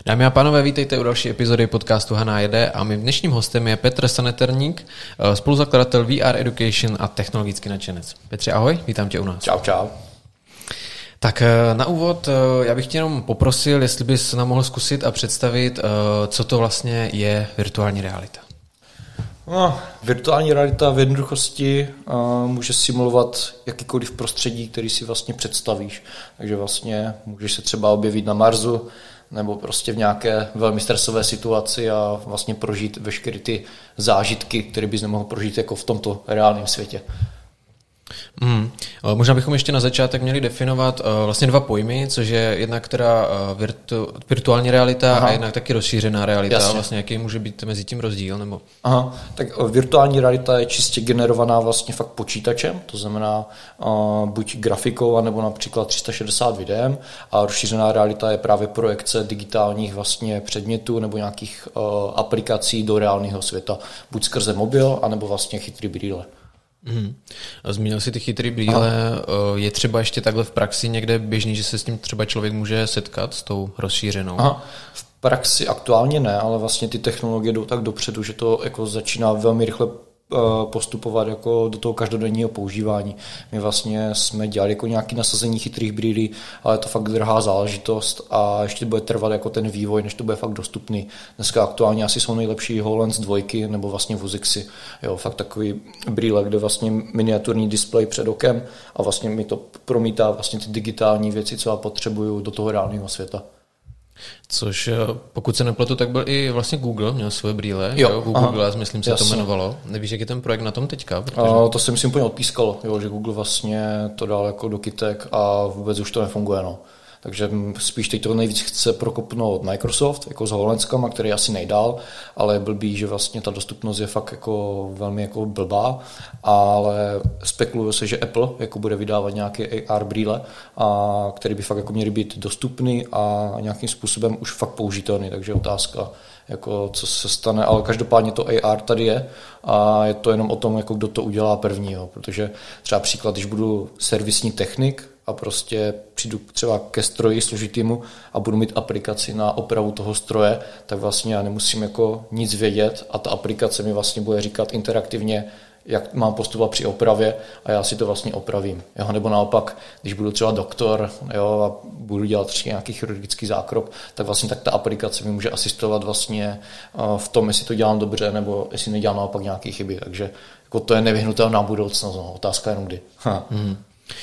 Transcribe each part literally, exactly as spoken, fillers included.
Dámy a pánové, vítejte u další epizody podcastu Hana jede a mým dnešním hostem je Petr Saneterník, spoluzakladatel V R Education a technologický nadšenec. Petře, ahoj, vítám tě u nás. Čau, čau. Tak na úvod já bych tě jenom poprosil, jestli bys nám mohl zkusit a představit, co to vlastně je virtuální realita. No, virtuální realita v jednoduchosti uh, může simulovat jakýkoliv prostředí, který si vlastně představíš. Takže vlastně můžeš se třeba objevit na Marsu nebo prostě v nějaké velmi stresové situaci a vlastně prožít veškeré ty zážitky, které bys nemohl prožít jako v tomto reálném světě. Hmm. Možná bychom ještě na začátek měli definovat uh, vlastně dva pojmy, což je jednak teda uh, virtu, virtuální realita Aha. a jednak taky rozšířená realita. Jasně. Vlastně jaký může být mezi tím rozdíl? Nebo? Aha. Tak uh, virtuální realita je čistě generovaná vlastně fakt počítačem, to znamená uh, buď grafikou, nebo například tři sta šedesát videem, a rozšířená realita je právě projekce digitálních vlastně předmětů nebo nějakých uh, aplikací do reálného světa, buď skrze mobil, anebo vlastně chytrý brýle. Hmm. Zmínil jsi ty chytrý brýle, je třeba ještě takhle v praxi někde běžný, že se s tím třeba člověk může setkat s tou rozšířenou? Aha. V praxi aktuálně ne, ale vlastně ty technologie jdou tak dopředu, že to jako začíná velmi rychle postupovat jako do toho každodenního používání. My vlastně jsme dělali jako nějaké nasazení chytrých brýlí, ale to fakt drahá záležitost a ještě bude trvat jako ten vývoj, než to bude fakt dostupný. Dneska aktuálně asi jsou nejlepší HoloLens dvojky nebo vlastně Vuzixy. Jo, fakt takový brýle, kde vlastně miniaturní displej před okem a vlastně mi to promítá vlastně ty digitální věci, co já potřebuju do toho reálného světa. Což pokud se nepletu, tak byl i vlastně Google, měl svoje brýle, jo, jo? Google aha, Glass, myslím se jasně. To jmenovalo. Nevíš, jak je ten projekt na tom teďka? Protože... A, to se myslím úplně odpískalo, jo, že Google vlastně to dal jako do kytek a vůbec už to nefunguje. No. Takže spíš teď to nejvíc chce prokopnout Microsoft, jako s HoloLenskama, který asi nejdál, ale je blbý, že vlastně ta dostupnost je fakt jako velmi jako blbá, ale spekuluje se, že Apple jako bude vydávat nějaké A R brýle, a které by fakt jako měly být dostupný a nějakým způsobem už fakt použitelný, takže otázka, jako co se stane, ale každopádně to A R tady je a je to jenom o tom, jako kdo to udělá prvního, protože třeba příklad, když budu servisní technik a prostě přijdu třeba ke stroji složitýmu a budu mít aplikaci na opravu toho stroje, tak vlastně já nemusím jako nic vědět a ta aplikace mi vlastně bude říkat interaktivně, jak mám postupovat při opravě a já si to vlastně opravím. Jo? Nebo naopak, když budu třeba doktor, jo, a budu dělat třeba nějaký chirurgický zákrok, tak vlastně tak ta aplikace mi může asistovat vlastně v tom, jestli to dělám dobře nebo jestli nedělám naopak nějaké chyby. Takže jako to je nevyhnutelná budoucnost. No. Otázka jenom kdy. Hmm.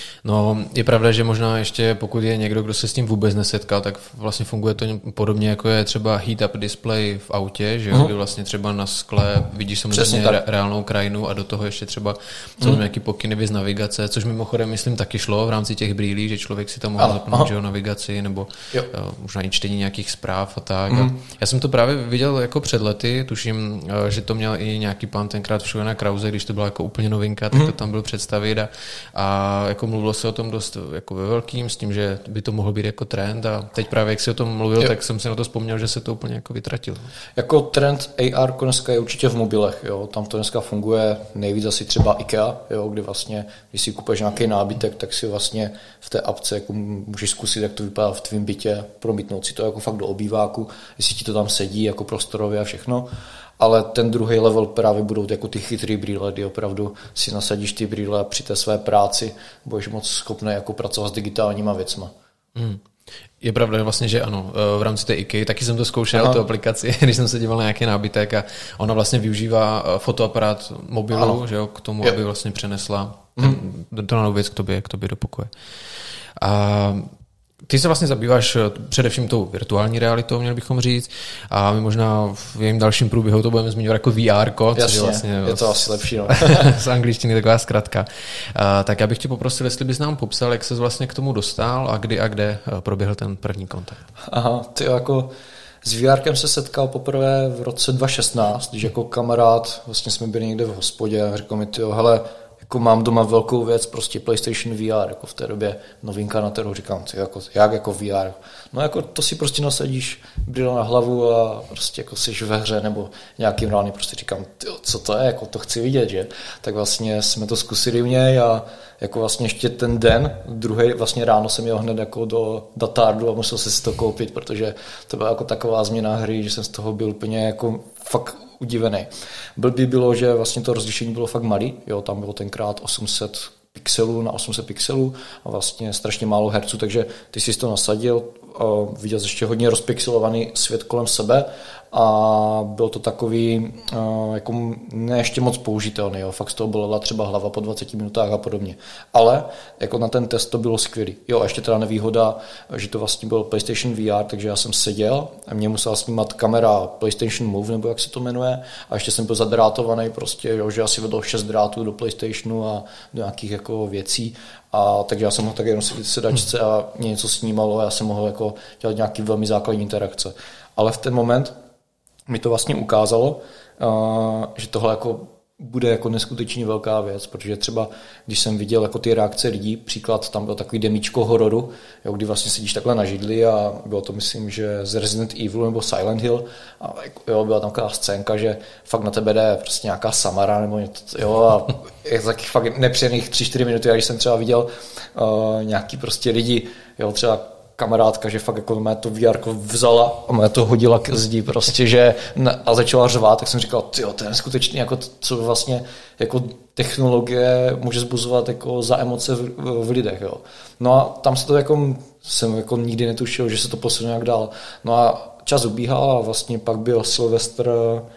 No, je pravda, že možná ještě pokud je někdo, kdo se s tím vůbec nesetkal, tak vlastně funguje to podobně, jako je třeba heat-up display v autě, že jo, uh-huh. kdy vlastně třeba na skle vidíš samozřejmě re- reálnou krajinu a do toho ještě třeba jsou uh-huh. nějaký pokyny z navigace, což mimochodem myslím taky šlo v rámci těch brýlí, že člověk si tam mohl zapnout, že jo, navigaci nebo jo. možná i čtení nějakých zpráv a tak. Uh-huh. A já jsem to právě viděl jako před lety, tuším, že to měl i nějaký pán tenkrát v Šujana Krause, když to byla jako úplně novinka, tak uh-huh. to tam byl představit a, a jako mluvilo se o tom dost jako ve velkým, s tím, že by to mohl být jako trend a teď právě, jak jsi o tom mluvil, jo. tak jsem si na to vzpomněl, že se to úplně jako vytratil. Jako trend A R dneska je určitě v mobilech, jo. Tam to dneska funguje nejvíc asi třeba IKEA, jo, kdy vlastně, když si kupuješ nějaký nábytek, tak si vlastně v té apce jako můžeš zkusit, jak to vypadá v tvém bytě, promítnout si to jako fakt do obýváku, jestli ti to tam sedí jako prostorově a všechno. Ale ten druhý level právě budou jako ty chytrý brýle, kdy opravdu si nasadíš ty brýle a při té své práci budeš moc schopný jako pracovat s digitálníma věcma. Hmm. Je pravda vlastně, že ano, v rámci té IKEA, taky jsem to zkoušel, Aha. tu aplikaci, když jsem se díval na nějaký nábytek a ona vlastně využívá fotoaparát mobilu, ano. že jo, k tomu, je. aby vlastně přenesla hmm. ten, to novou věc k tobě, k tobě do pokoje. A ty se vlastně zabýváš především tou virtuální realitou, měli bychom říct, a my možná v jejím dalším průběhu to budeme zmiňovat jako V R, což je vlastně je to asi lepší. No. z angličtiny taková zkratka. A, tak já bych tě poprosil, jestli bys nám popsal, jak ses vlastně k tomu dostal a kdy a kde proběhl ten první kontakt. Aha, ty jako s VRkem se setkal poprvé v roce dva tisíce šestnáct, když jako kamarád, vlastně jsme byli někde v hospodě a řekl mi, tyjo, hele, jako mám doma velkou věc, prostě PlayStation V R, jako v té době novinka na trhu, říkám, ty, jako, jak jako V R? No jako to si prostě nasadíš brýle na hlavu a prostě jako jsi ve hře nebo nějakým rány, prostě říkám, ty, co to je, jako to chci vidět, že? Tak vlastně jsme to zkusili v něj a jako vlastně ještě ten den, druhý vlastně ráno jsem jel hned jako do datárdu a musel jsem si to koupit, protože to byla jako taková změna hry, že jsem z toho byl úplně jako fakt udivený. Blbý bylo, že vlastně to rozlišení bylo fakt malý, jo, tam bylo tenkrát osm set pixelů na osm set pixelů a vlastně strašně málo herců, takže ty jsi to nasadil, viděl jsi ještě hodně rozpixelovaný svět kolem sebe a bylo to takový jako ne ještě moc použitelný, jo. Fakt z toho bolela třeba hlava po dvaceti minutách a podobně. Ale jako na ten test to bylo skvělý. Jo, a ještě teda nevýhoda, že to vlastně byl PlayStation V R, takže já jsem seděl a mě musela snímat kamera PlayStation Move, nebo jak se to jmenuje, a ještě jsem byl zadrátovaný prostě, jo, že asi vedl šest drátů do PlayStationu a do nějakých jako věcí. A takže já jsem mohl tak jenom sedět v sedačce a mě něco snímalo a já jsem mohl jako dělat nějaký velmi základní interakce. Ale v ten moment mi to vlastně ukázalo, uh, že tohle jako bude jako neskutečně velká věc, protože třeba, když jsem viděl jako ty reakce lidí, příklad, tam byl takový demíčko hororu, jo, kdy vlastně sedíš takhle na židli a bylo to, myslím, že z Resident Evil nebo Silent Hill a jo, byla tam taková scénka, že fakt na tebe jde prostě nějaká Samara nebo něco, jo, a je to taky fakt nepříjemných tři čtyři minuty, a když jsem třeba viděl uh, nějaký prostě lidi, jo, třeba kamarádka, že fakt jako mě to V R vzala a mě to hodila ke zdi prostě, že a začala řvát, tak jsem říkal, tyjo, to je skutečně jako co vlastně jako technologie může zbuzovat jako za emoce v, v lidech, jo. No a tam se to jako jsem jako nikdy netušil, že se to posune nějak dál. No a čas ubíhal a vlastně pak byl Silvestr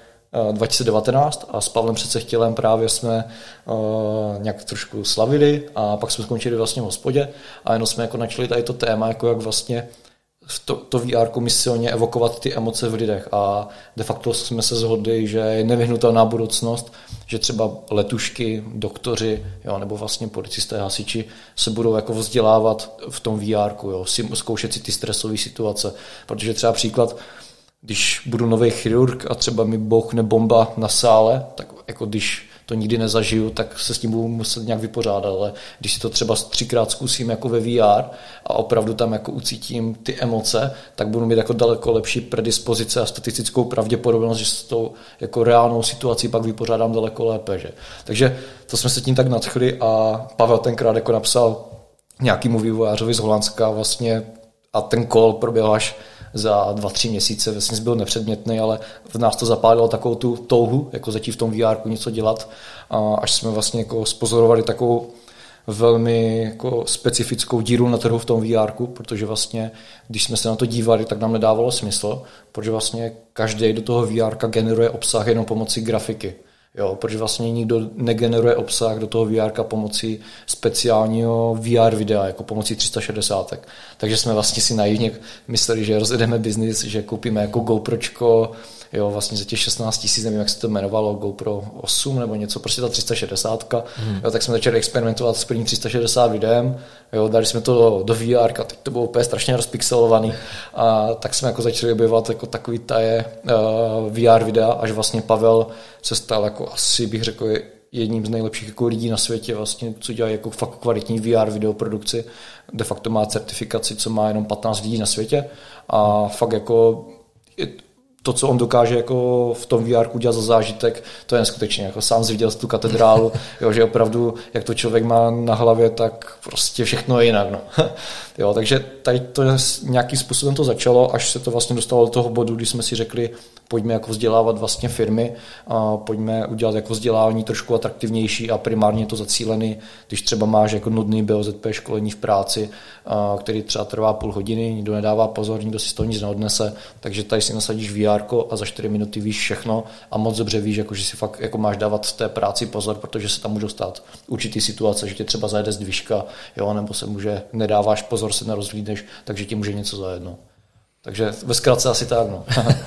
dva tisíce devatenáct a s Pavlem Přecechtělem právě jsme uh, nějak trošku slavili a pak jsme skončili vlastně v hospodě a jenom jsme jako načali tady to téma, jako jak vlastně to, to V R mi silně evokovat ty emoce v lidech a de facto jsme se shodli, že je nevyhnutelná budoucnost, že třeba letušky, doktoři, jo, nebo vlastně policisté, hasiči se budou jako vzdělávat v tom V R, jo, zkoušet si ty stresové situace, protože třeba příklad, když budu nový chirurg a třeba mi bouchne bomba na sále, tak jako když to nikdy nezažiju, tak se s tím budu muset nějak vypořádat, ale když si to třeba třikrát zkusím jako ve V R a opravdu tam jako ucítím ty emoce, tak budu mít jako daleko lepší predispozice a statistickou pravděpodobnost, že s tou jako reálnou situací pak vypořádám daleko lépe. Že? Takže to jsme se tím tak nadchli a Pavel tenkrát jako napsal nějakýmu vývojářovi z Holandska vlastně a ten call proběhl až za dva, tři měsíce, vlastně byl nepředmětný, ale v nás to zapálilo takovou tu touhu, jako začít v tom V R něco dělat, a až jsme vlastně jako spozorovali takovou velmi jako specifickou díru na trhu v tom V R, protože vlastně, když jsme se na to dívali, tak nám nedávalo smysl, protože vlastně každý do toho V R generuje obsah jenom pomocí grafiky. Jo, protože vlastně nikdo negeneruje obsah do toho V R pomocí speciálního V R videa, jako pomocí tři sta šedesát. Takže jsme vlastně si naivně mysleli, že rozjedeme biznis, že koupíme jako GoPročko, jo, vlastně za těch šestnáct tisíc, nevím, jak se to jmenovalo, GoPro osm nebo něco, prostě ta tři sta šedesát. Hmm. Jo, tak jsme začali experimentovat s prvním tři sta šedesát videem, jo, dali jsme to do, do V R, teď to bylo úplně strašně rozpixelovaný a tak jsme jako začali objevovat jako takový taje uh, V R videa, až vlastně Pavel se stal jako asi bych řekl jedním z nejlepších jako lidí na světě, vlastně, co dělají jako fakt kvalitní V R videoprodukci. De facto má certifikaci, co má jenom patnáct lidí na světě a fakt jako to, co on dokáže jako v tom V R udělat za zážitek, to je neskutečně. Jako sám jsi viděl tu katedrálu, jo, že opravdu, jak to člověk má na hlavě, tak prostě všechno je jinak. No. Jo, takže tady to nějakým způsobem to začalo, až se to vlastně dostalo do toho bodu, kdy jsme si řekli, pojďme jako vzdělávat vlastně firmy a pojďme udělat jako vzdělávání trošku atraktivnější a primárně to zacílený, když třeba máš jako nudný B O Z P školení v práci, a který třeba trvá půl hodiny, nikdo nedává pozor, nikdo si z toho nic neodnese, takže tady si nasadíš V R a za čtyři minuty víš všechno a moc dobře víš, jako, že si fakt jako máš dávat v té práci pozor, protože se tam můžou stát určitý situace, že tě třeba zajede zdvižka, jo, nebo se může, nedáváš pozor, se nerozhlídneš, takže ti může něco zajedno. Takže ve zkratce asi tak, no.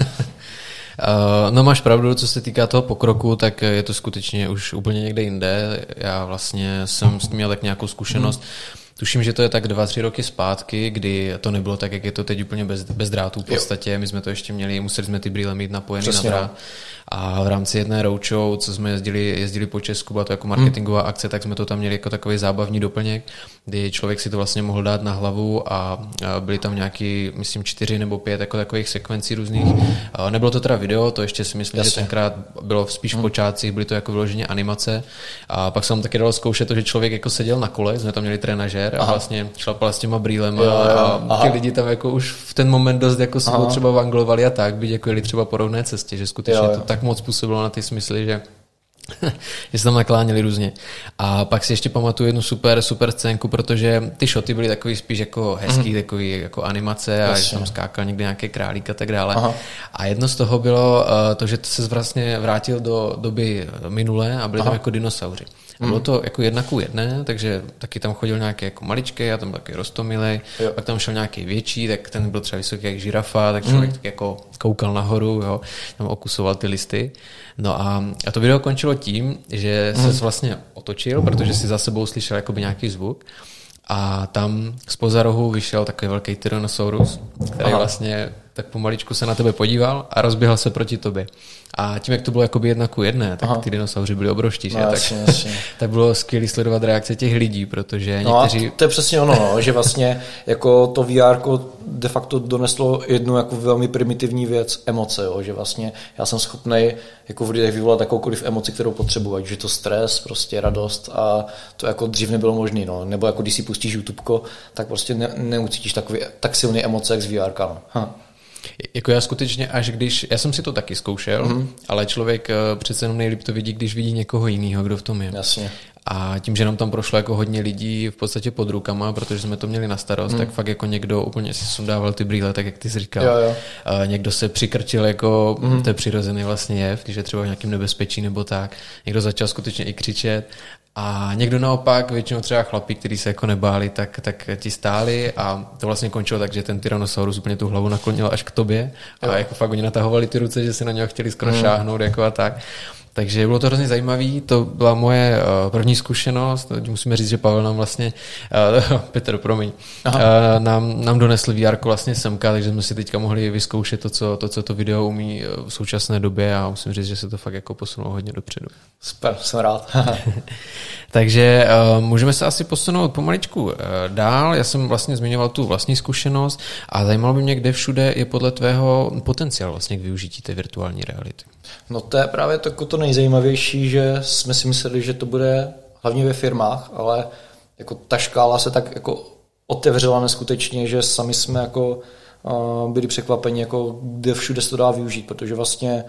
No máš pravdu, co se týká toho pokroku, tak je to skutečně už úplně někde jinde. Já vlastně jsem s tím měl tak nějakou zkušenost. tuším, že to je tak dva, tři roky zpátky, kdy to nebylo tak, jak je to teď úplně bez, bez drátů v podstatě. Jo. My jsme to ještě měli, museli jsme ty brýle mít napojený Přesně, na drát. A v rámci jedné roadshow, co jsme jezdili, jezdili po Česku, byla to jako marketingová hmm. akce, tak jsme to tam měli jako takový zábavní doplněk, kdy člověk si to vlastně mohl dát na hlavu a byly tam nějaký, myslím, čtyři nebo pět jako takových sekvencí různých. Nebylo to teda video, to ještě si myslím, Jasně. že tenkrát bylo spíš v počátcích, byly to jako vyloženě animace. A pak se tam taky dalo zkoušet to, že člověk jako seděl na kole, jsme tam měli trenažér a vlastně šlapal s těma brýlema a ty lidi tam jako už v ten moment dost jako se třeba vanglovali a tak, byť jako jeli třeba po rovné cestě, že skutečně jo, jo. to tak moc působilo na ty smysly, že že se tam nakláněli různě. A pak si ještě pamatuju jednu super, super scénku, protože ty shoty byly takový spíš jako hezký, mm. takový jako animace a Jasně. že tam skákal někde nějaký králík a tak dále. Aha. A jedno z toho bylo uh, to, že to se vlastně vrátil do doby minulé a byli Aha. tam jako dinosauři. A bylo to jako jedna ku jedné, takže taky tam chodil nějaký jako maličký, a tam byl taky roztomilej, pak tam šel nějaký větší, tak ten byl třeba vysoký jak žirafa, tak člověk mm. tak jako koukal nahoru, jo, tam okusoval ty listy. No a, a to video končilo tím, že mm. se vlastně otočil, protože si za sebou slyšel jakoby nějaký zvuk a tam zpoza rohu vyšel takový velký Tyrannosaurus, který Aha. vlastně tak pomaličku se na tebe podíval a rozběhl se proti tobě. A tím, jak to bylo jakoby jedna ku jedné, tak Aha. ty dinosauři byli obrovští, že? No, tak, jasně, jasně. tak bylo skvělé sledovat reakce těch lidí, protože no někteří... to je přesně ono, no, že vlastně jako to V R de facto doneslo jednu jako velmi primitivní věc, emoce, jo, že vlastně já jsem schopnej jako v lidech vyvolat jakoukoliv emoci, kterou potřebuji, ať je to stres, prostě radost a to jako dřív nebylo možné, no. Nebo jako když si pustíš YouTubeko, tak prostě ne, neucítíš takový, tak silný emoce, jak z V R. No. Ha. Jako já skutečně až když, já jsem si to taky zkoušel, mm-hmm. ale člověk přece jenom nejlíp to vidí, když vidí někoho jiného, kdo v tom je. Jasně. A tím, že nám tam prošlo jako hodně lidí v podstatě pod rukama, protože jsme to měli na starost, mm. tak fakt jako někdo úplně si sundával ty brýle, tak jak ty jsi říkal. Jo, jo. A někdo se přikrčil jako, mm. to je přirozený vlastně jev, když je třeba v nějakém nebezpečí nebo tak. Někdo začal skutečně i křičet. A někdo naopak, většinou třeba chlapí, kteří se jako nebáli, tak, tak ti stáli a to vlastně končilo tak, že ten Tyrannosaurus úplně tu hlavu naklonil až k tobě a jo. jako fakt oni natahovali ty ruce, že si na něho chtěli skoro mm. šáhnout jako a tak. Takže bylo to hrozně zajímavé, to byla moje uh, první zkušenost, musíme říct, že Pavel nám vlastně, uh, Petr, promiň, uh, nám, nám donesl V R vlastně semka, takže jsme si teďka mohli vyzkoušet to, co to, co to video umí v současné době a musím říct, že se to fakt jako posunulo hodně dopředu. Super, jsem rád. Takže uh, můžeme se asi posunout pomaličku uh, dál, já jsem vlastně zmiňoval tu vlastní zkušenost a zajímalo by mě, kde všude je podle tvého potenciál vlastně k využití té virtuální reality. No to je právě to, to nejzajímavější, že jsme si mysleli, že to bude hlavně ve firmách, ale jako ta škála se tak jako otevřela neskutečně, že sami jsme jako uh, byli překvapeni, jako kde všude se to dá využít, protože vlastně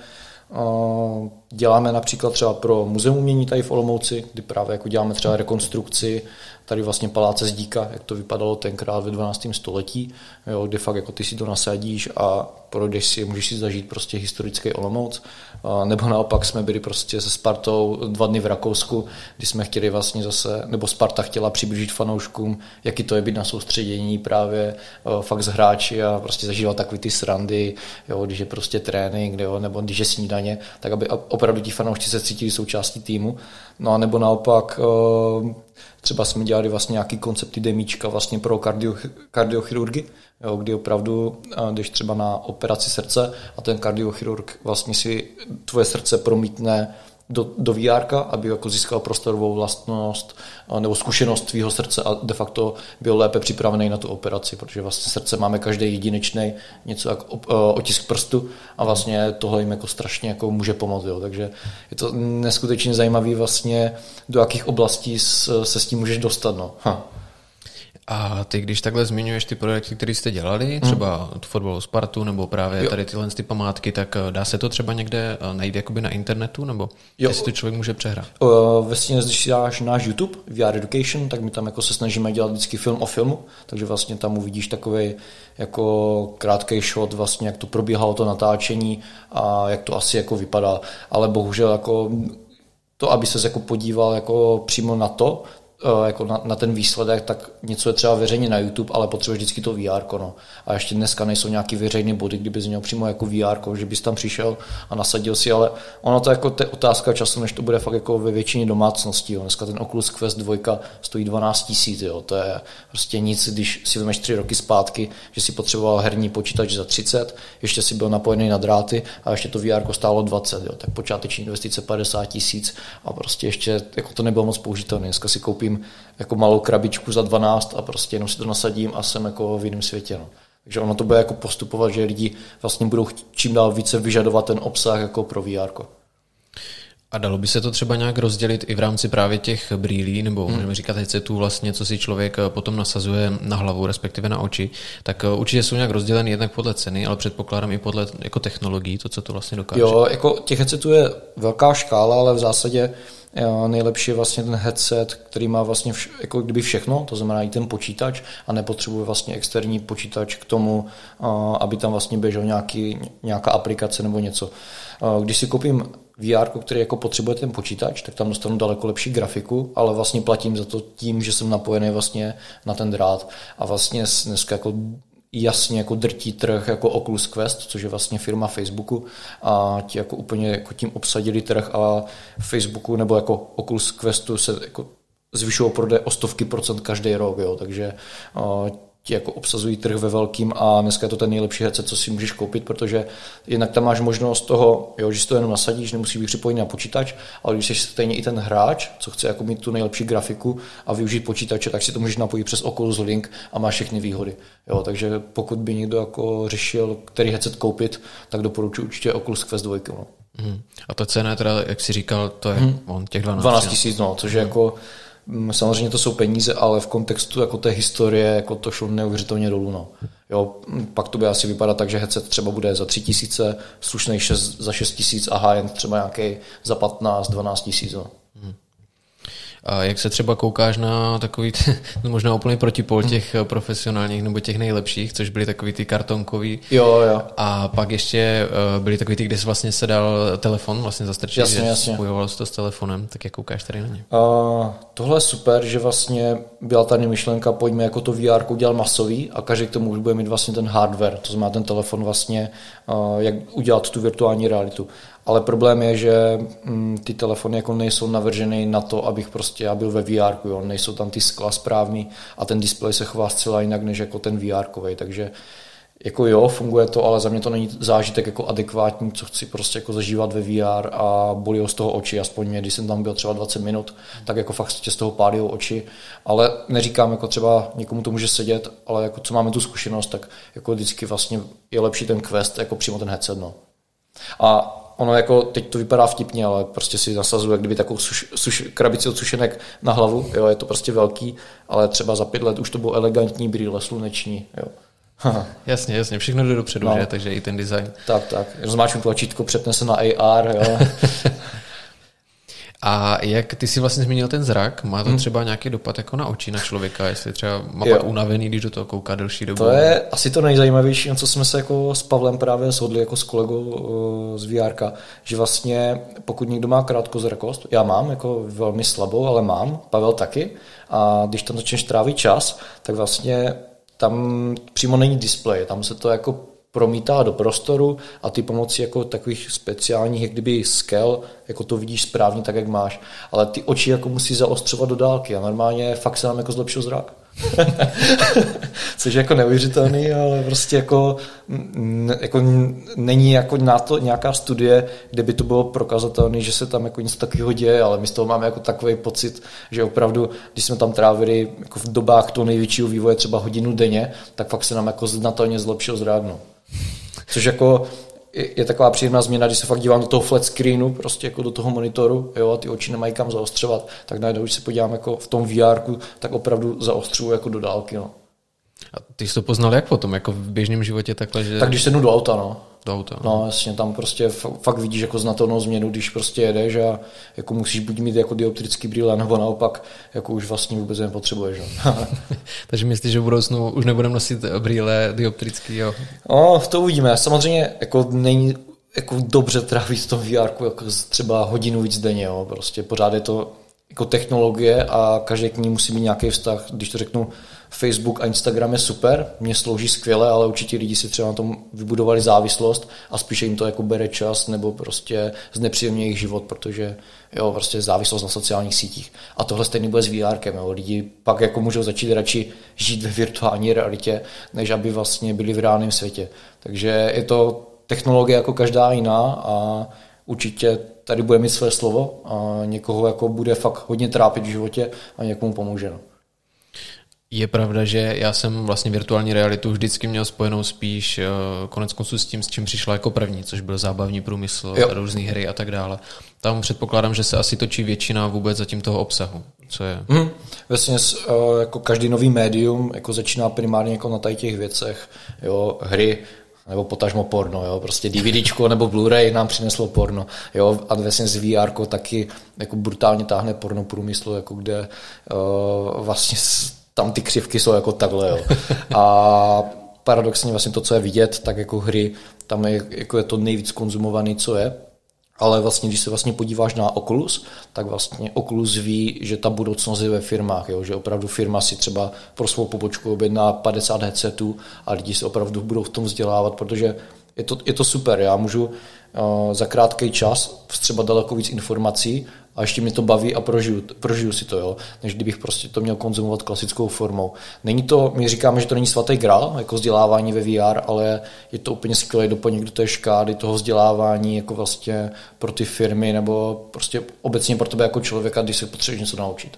uh, děláme například třeba pro Muzeum umění tady v Olomouci, kdy právě jako děláme třeba rekonstrukci tady vlastně paláce Zdíka, jak to vypadalo tenkrát ve dvanáctém století, jo, kde fakt jako ty si to nasadíš a projdeš si, můžeš si zažít prostě historický Olomouc, a nebo naopak jsme byli prostě se Spartou dva dny v Rakousku, kdy jsme chtěli vlastně zase, nebo Sparta chtěla přiblížit fanouškům, jaký to je být na soustředění právě fakt s hráči a prostě zažívat takový ty srandy, jo, když je prostě trénink, jo, nebo když je snídaně, tak aby opravdu ti fanoušci se cítili součástí týmu. No a nebo naopak třeba jsme dělali vlastně nějaký koncepty demíčka vlastně pro kardio, kardiochirurgy, jo, kdy opravdu jdeš třeba na operaci srdce a ten kardiochirurg vlastně si tvoje srdce promítne do, do V R, aby jako získal prostorovou vlastnost nebo zkušenost tvýho srdce a de facto byl lépe připravený na tu operaci, protože vlastně srdce máme každý jedinečný, něco jako otisk prstu a vlastně tohle jim jako strašně jako může pomoct. Jo. Takže je to neskutečně zajímavý vlastně, do jakých oblastí se s tím můžeš dostat. No. Ha. A ty, když takhle zmiňuješ ty projekty, které jste dělali, třeba hmm. tu fotbalovou Spartu nebo právě jo. tady tyhle ty památky, tak dá se to třeba někde najít jakoby na internetu, nebo jo. jestli to člověk může přehrát? Uh, vlastně, když si dáš náš YouTube, V R Education, tak my tam jako se snažíme dělat vždycky film o filmu, takže vlastně tam uvidíš takový jako krátký shot, vlastně jak to probíhalo to natáčení a jak to asi jako vypadá, ale bohužel jako to, aby ses jako podíval jako přímo na to, jako na, na ten výsledek, tak něco je třeba veřejně na YouTube, ale potřebuješ vždycky to V R. No. A ještě dneska nejsou nějaký veřejný body, kdyby z něho přímo jako V R, že bys tam přišel a nasadil si, ale ono to jako je otázka času, než to bude fakt jako ve většině domácností. Jo. Dneska ten Oculus Quest dva stojí dvanáct tisíc, jo. To je prostě nic, když si vemeš tři roky zpátky, že si potřeboval herní počítač za třicet, ještě si byl napojený na dráty a ještě to V R stálo dvacet, jo. Tak počáteční investice padesát tisíc a prostě ještě jako to nebylo moc použitelné. Dneska si koupím jako malou krabičku za dvanáct a prostě jenom si to nasadím a jsem jako v jiném světě. No. Takže ono to bude jako postupovat, že lidi vlastně budou čím dál více vyžadovat ten obsah jako pro V R. A dalo by se to třeba nějak rozdělit i v rámci právě těch brýlí, nebo hmm. můžeme říkat headsetů vlastně, co si člověk potom nasazuje na hlavu, respektive na oči, tak určitě jsou nějak rozděleny jednak podle ceny, ale předpokládám i podle jako technologií, to, co to vlastně dokáže. Jo, jako těch headsetů je velká škála, ale v zásadě nejlepší je vlastně ten headset, který má vlastně vš- jako kdyby všechno, to znamená i ten počítač a nepotřebuje vlastně externí počítač k tomu, aby tam vlastně běžel nějaký, nějaká aplikace nebo něco. Když si koupím V R, který jako potřebuje ten počítač, tak tam dostanu daleko lepší grafiku, ale vlastně platím za to tím, že jsem napojený vlastně na ten drát a vlastně dneska jako jasně jako drtí trh jako Oculus Quest, což je vlastně firma Facebooku a ti jako úplně jako tím obsadili trh a Facebooku nebo jako Oculus Questu se jako zvyšují prodej o stovky procent každý rok, jo, takže uh, ti jako obsazují trh ve velkým a dneska je to ten nejlepší headset, co si můžeš koupit, protože jednak tam máš možnost toho, jo, že si to jenom nasadíš, nemusíš být připojený na počítač, ale když jsi stejně i ten hráč, co chce jako mít tu nejlepší grafiku a využít počítače, tak si to můžeš napojit přes Oculus Link a máš všechny výhody. Jo, takže pokud by někdo jako řešil, který headset koupit, tak doporučuji určitě Oculus Quest dva. No. Hmm. A ta cena je teda, jak jsi říkal, to je hmm. on, těch dvanáct tisíc, no, což je hmm. jako samozřejmě to jsou peníze, ale v kontextu jako té historie jako to šlo neuvěřitelně dolů. No. Jo, pak to by asi vypadat tak, že headset třeba bude za tři tisíce, slušnej šest, za šest tisíc a high-end třeba nějaký za patnáct dvanáct tisíc. No. Hmm. A jak se třeba koukáš na takový, no možná úplný protipol těch profesionálních nebo těch nejlepších, což byly takový ty kartonkový. Jo, jo. A pak ještě byly takový ty, kde jsi vlastně se dal telefon vlastně zastrčit, jasně, že jasně. spojoval se to s telefonem, tak jak koukáš tady na ně? Uh, tohle je super, že vlastně byla tady myšlenka, pojďme jako to V R udělat masový a každý k tomu už bude mít vlastně ten hardware, to znamená ten telefon vlastně, uh, jak udělat tu virtuální realitu. Ale problém je, že mm, ty telefony jako nejsou navrženy na to, abych prostě já byl ve V R, jo. Nejsou tam ty skla správný a ten displej se chová zcela jinak než jako ten V R-kovej, takže jako jo, funguje to, ale za mě to není zážitek jako adekvátní, co chci prostě jako zažívat ve V R a bolí z toho oči, aspoň mě, když jsem tam byl třeba dvacet minut, tak jako fakt z toho pálí oči, ale neříkám jako třeba někomu to může sedět, ale jako co máme tu zkušenost, tak jako vždycky vlastně je lepší ten Quest jako přímo ten headset, no. A ono jako, teď to vypadá vtipně, ale prostě si nasazuje, jak kdyby takovou suš, suš, krabici od sušenek na hlavu, jo, je to prostě velký, ale třeba za pět let už to bylo elegantní brýle, sluneční, jo. Jasně, jasně, všechno jde dopředu, no. Že? Takže i ten design. Tak, tak, rozmáčím tlačítko, přepne se na A R, jo. A jak ty si vlastně zmínil ten zrak, má to hmm. třeba nějaký dopad jako na oči, na člověka, jestli třeba má jo. pak unavený, když do toho kouká delší dobu? To je asi to nejzajímavější, na co jsme se jako s Pavlem právě shodli jako s kolegou z V R, že vlastně pokud někdo má krátkozrakost, já mám jako velmi slabou, ale mám, Pavel taky, a když tam začneš trávit čas, tak vlastně tam přímo není displej, tam se to jako promítá do prostoru a ty pomocí jako takových speciálních, jak kdyby skel, jako to vidíš správně tak, jak máš. Ale ty oči jako musí zaostřovat do dálky a normálně fakt se nám jako zlepšil zrak. Což je jako neuvěřitelný, ale prostě jako, n- jako není jako na to nějaká studie, kde by to bylo prokazatelné, že se tam jako něco takového děje, ale my z toho máme jako takový pocit, že opravdu, když jsme tam trávili jako v dobách toho největšího vývoje třeba hodinu denně, tak fakt se nám jako znatelně zlepšil zrak. No. Což jako je taková příjemná změna, když se fakt dívám do toho flat screenu, prostě jako do toho monitoru, jo, a ty oči nemají kam zaostřovat, tak najednou, když se podívám jako v tom V R, tak opravdu zaostřuju jako do dálky, no. A ty jsi to poznal jak potom, jako v běžném životě takhle, že... Tak když sednu do auta, no. Do auta, no. No, jasně, tam prostě fakt vidíš jako znatelnou změnu, když prostě jedeš a jako musíš buď mít jako dioptrický brýle, nebo naopak jako už vlastně vůbec nepotřebuješ, no. Takže myslíš, že v budoucnu už nebudeme nosit brýle dioptrický, jo? No, to uvidíme. Samozřejmě jako není jako dobře trávit v tom V R, jako třeba hodinu víc denně, jo. Prostě pořád je to jako technologie a každý k ní musí mít nějaký vztah. Když to řeknu, Facebook a Instagram je super, mě slouží skvěle, ale určitě lidi si třeba na tom vybudovali závislost a spíše jim to jako bere čas nebo prostě znepříjemňuje jejich život, protože jo, prostě závislost na sociálních sítích. A tohle stejně bude s VRkem. Jo. Lidi pak jako můžou začít radši žít ve virtuální realitě, než aby vlastně byli v reálném světě. Takže je to technologie jako každá jiná a určitě tady bude mít své slovo a někoho jako bude fakt hodně trápit v životě a někomu pomůže. No. Je pravda, že já jsem vlastně virtuální realitu vždycky měl spojenou spíš konec konců s tím, s čím přišla jako první, což byl zábavní průmysl, různé hry a tak dále. Tam předpokládám, že se asi točí většina vůbec zatím toho obsahu. Co je? Hmm. Vlastně jako každý nový médium jako začíná primárně jako na tady těch věcech, jo, hry, nebo potažmo porno, jo, prostě DVDčko nebo Blu-ray nám přineslo porno, jo, a vlastně z V R taky jako brutálně táhne porno průmyslu, jako kde uh, vlastně tam ty křivky jsou jako takhle, jo. A paradoxně vlastně to, co je vidět, tak jako hry, tam je, jako je to nejvíc konzumovaný, co je. Ale vlastně, když se vlastně podíváš na Oculus, tak vlastně Oculus ví, že ta budoucnost je ve firmách, jo? Že opravdu firma si třeba pro svou pobočku objedná padesát headsetů a lidi se opravdu budou v tom vzdělávat, protože je to, je to super. Já můžu uh, za krátký čas vstřebat daleko víc informací a ještě mě to baví a prožiju, prožiju si to, jo? Než kdybych prostě to měl konzumovat klasickou formou. Není to, my říkáme, že to není svatý grál, jako vzdělávání ve V R, ale je to úplně skvělý doplněk do té škály toho vzdělávání jako vlastně pro ty firmy nebo prostě obecně pro tebe jako člověka, když se potřebuješ něco naučit.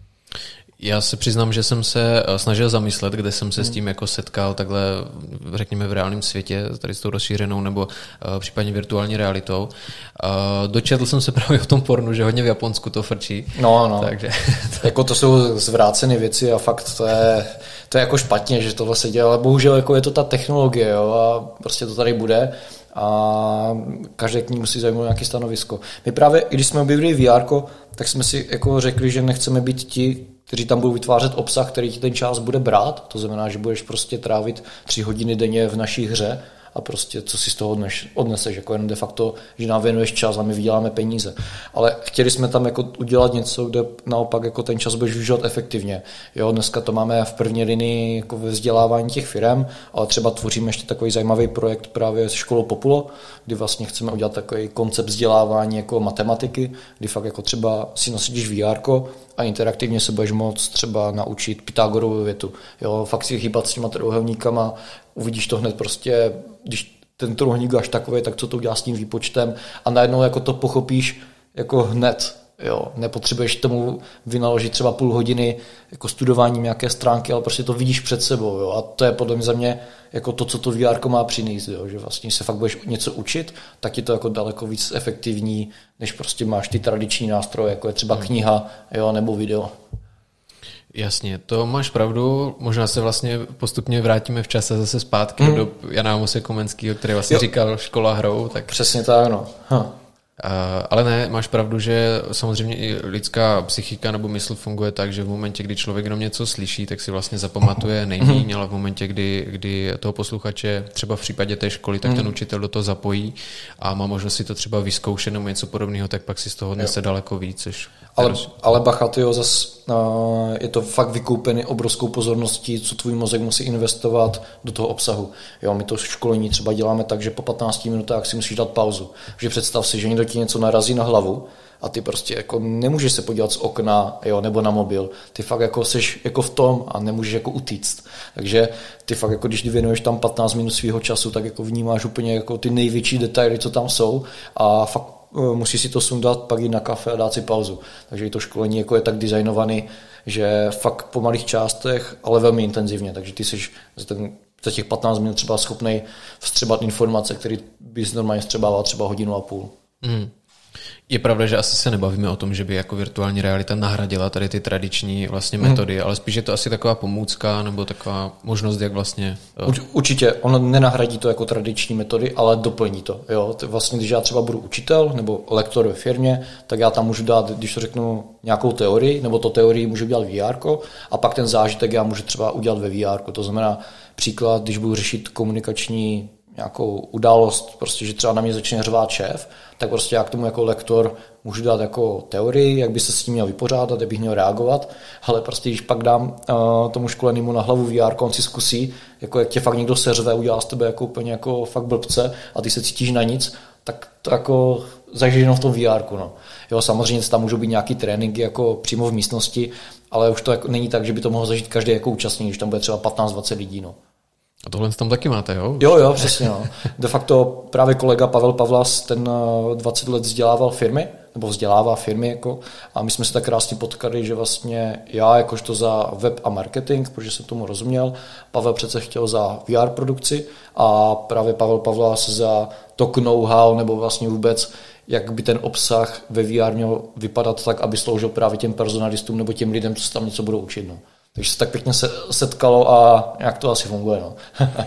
Já se přiznám, že jsem se snažil zamyslet, kde jsem se hmm. s tím jako setkal takhle, řekněme, v reálném světě, tady s tou rozšířenou nebo uh, případně virtuální realitou. Uh, dočetl jsem se právě o tom pornu, že hodně v Japonsku to frčí. No, no. Takže... jako to jsou zvrácené věci a fakt to je, to je jako špatně, že tohle se dělá, ale bohužel jako je to ta technologie, jo, a prostě to tady bude a každý k ní musí zajímat nějaké stanovisko. My právě, když jsme objevili V R, tak jsme si jako řekli, že nechceme být ti, kteří tam budou vytvářet obsah, který ti ten čas bude brát. To znamená, že budeš prostě trávit tři hodiny denně v naší hře a prostě co si z toho odneseš, jako jenom de facto, že nám věnuješ čas a my vyděláme peníze. Ale chtěli jsme tam jako udělat něco, kde naopak jako ten čas budeš využívat efektivně. Jo, dneska to máme v první linii jako ve vzdělávání těch firem, ale třeba tvoříme ještě takový zajímavý projekt právě s školou Populo, kdy vlastně chceme udělat takový koncept vzdělávání jako matematiky, kdy fakt jako třeba si nasadíš V R a interaktivně se budeš moct třeba naučit Pythagorovu větu. Jo, fakt si hýbat s těma trojúhelníkama, uvidíš to hned prostě, když ten trojúhelník až takový, tak co to udělá s tím výpočtem a najednou jako to pochopíš jako hned. Jo, nepotřebuješ tomu vynaložit třeba půl hodiny jako studováním nějaké stránky, ale prostě to vidíš před sebou. Jo, a to je podle mě za mě jako to, co to V R má přinést. Jo, že vlastně se fakt budeš něco učit, tak je to jako daleko víc efektivní, než prostě máš ty tradiční nástroje, jako je třeba kniha, jo, nebo video. Jasně, to máš pravdu, možná se vlastně postupně vrátíme v čase zase zpátky mm. do Jana Amose Komenského, který vlastně jo. říkal škola hrou. Tak... Přesně tak, no. Huh. Uh, ale ne, máš pravdu, že samozřejmě i lidská psychika nebo mysl funguje tak, že v momentě, kdy člověk jenom něco slyší, tak si vlastně zapamatuje nejméně, ale v momentě, kdy, kdy toho posluchače třeba v případě té školy, tak ten učitel do toho zapojí a má možnost si to třeba vyzkoušet nebo něco podobného, tak pak si z toho nese daleko víc. Ale, ale bacha, tyjo, zas uh, je to fakt vykoupený obrovskou pozorností, co tvůj mozek musí investovat do toho obsahu. Jo, my to školení třeba děláme tak, že po patnácti minutách si musíš dát pauzu. Že představ si, že někdo ti něco narazí na hlavu a ty prostě jako nemůžeš se podívat z okna, jo, nebo na mobil. Ty fakt jako seš jako v tom a nemůžeš jako utíct. Takže ty fakt jako když věnuješ tam patnáct minut svého času, tak jako vnímáš úplně jako ty největší detaily, co tam jsou a fakt musí si to sundat, pak jít na kafe a dát si pauzu. Takže i to školení jako je tak designovaný, že fakt po malých částech, ale velmi intenzivně. Takže ty jsi za, ten, za těch patnáct minut třeba schopnej vstřebat informace, které bys normálně vstřebával třeba hodinu a půl. Mm. Je pravda, že asi se nebavíme o tom, že by jako virtuální realita nahradila tady ty tradiční vlastně metody, mm. ale spíš je to asi taková pomůcka nebo taková možnost, jak vlastně... Jo. Určitě, ono nenahradí to jako tradiční metody, ale doplní to. Jo? Vlastně, když já třeba budu učitel nebo lektor ve firmě, tak já tam můžu dát, když to řeknu, nějakou teorii, nebo to teorii můžu udělat V R a pak ten zážitek já můžu třeba udělat ve V R. To znamená příklad, když budu řešit komunikační nějakou událost, prostě, že třeba na mě začne řvát šéf, tak prostě já k tomu jako lektor můžu dát jako teorii, jak by se s tím měl vypořádat, jak bych měl reagovat, ale prostě když pak dám uh, tomu školenému na hlavu V R, on si zkusí, jako jak tě fakt někdo seřve, udělá z tebe jako úplně jako fakt blbce a ty se cítíš na nic, tak to jako zažiješ jenom v tom V R. No. Jo, samozřejmě tam můžou být nějaký tréninky jako přímo v místnosti, ale už to jako není tak, že by to mohl zažít každý jako účastník, když tam bude třeba patnáct dvacet lidí. No. A tohle tam taky máte, jo? Jo, jo, přesně. No. De facto právě kolega Pavel Pavlas, ten dvacet let vzdělával firmy, nebo vzdělává firmy, jako, a my jsme se tak krásně potkali, že vlastně já jakožto za web a marketing, protože jsem tomu rozuměl, Pavel přece chtěl za V R produkci a právě Pavel Pavlas za to know-how, nebo vlastně vůbec, jak by ten obsah ve V R měl vypadat tak, aby sloužil právě těm personalistům nebo těm lidem, co se tam něco budou učit. No. Takže se tak pěkně se setkalo a jak to asi funguje. No.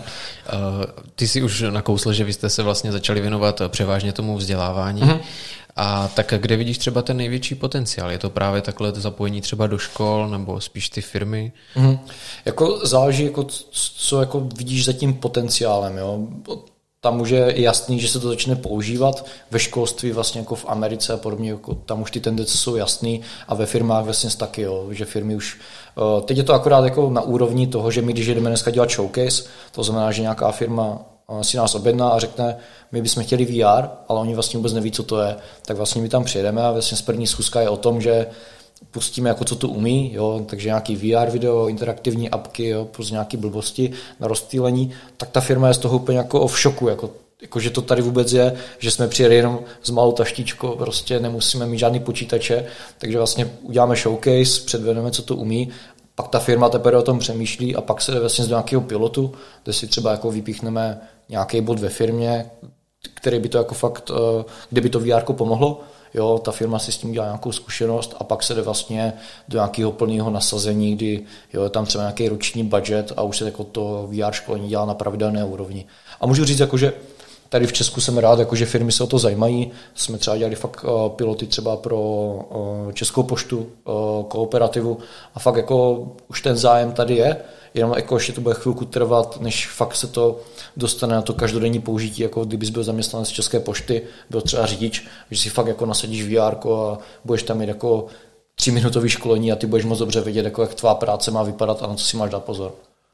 Ty jsi už nakousl, že vy jste se vlastně začali věnovat převážně tomu vzdělávání. Mm-hmm. A tak kde vidíš třeba ten největší potenciál? Je to právě takhle zapojení třeba do škol nebo spíš ty firmy? Mm-hmm. Jako záleží, jako, co jako vidíš za tím potenciálem. Jo? Tam už je jasný, že se to začne používat ve školství, vlastně jako v Americe a podobně, jako tam už ty tendence jsou jasný a ve firmách vlastně taky, jo, že firmy už, teď je to akorát jako na úrovni toho, že my, když jdeme dneska dělat showcase, to znamená, že nějaká firma si nás objedná a řekne, my bychom chtěli V R, ale oni vlastně vůbec neví, co to je, tak vlastně my tam přijedeme a vlastně první schůzka je o tom, že pustíme, jako co to umí, jo, takže nějaký V R video, interaktivní apky, jo, plus nějaký blbosti na rozptýlení, tak ta firma je z toho úplně jako v šoku, jako, jako že to tady vůbec je, že jsme přijeli jenom s malou taštičkou, prostě nemusíme mít žádný počítače, takže vlastně uděláme showcase, předvedeme, co to umí, pak ta firma teprve o tom přemýšlí a pak se jde vlastně z nějakého pilotu, kde si třeba jako vypíchneme nějaký bod ve firmě, který by to jako fakt, kde by to V R pomohlo. Jo, ta firma si s tím dělá nějakou zkušenost a pak se jde vlastně do nějakého plného nasazení, kdy jo, je tam třeba nějaký roční budget a už se jako to V R školení dělá na pravidelné úrovni. A můžu říct, jako, že tady v Česku jsem rád, jako, že firmy se o to zajímají. Jsme třeba dělali fakt uh, piloty třeba pro uh, Českou poštu, uh, Kooperativu a fakt jako už ten zájem tady je, jenom jako ještě to bude chvilku trvat, než fakt se to dostane na to každodenní použití, jako kdybys byl zaměstnanec České pošty, byl třeba řidič, že si fakt jako nasadíš V R a budeš tam mít jako tříminutový školení a ty budeš moc dobře vědět, jako jak tvá práce má vypadat a na co si máš dát pozor.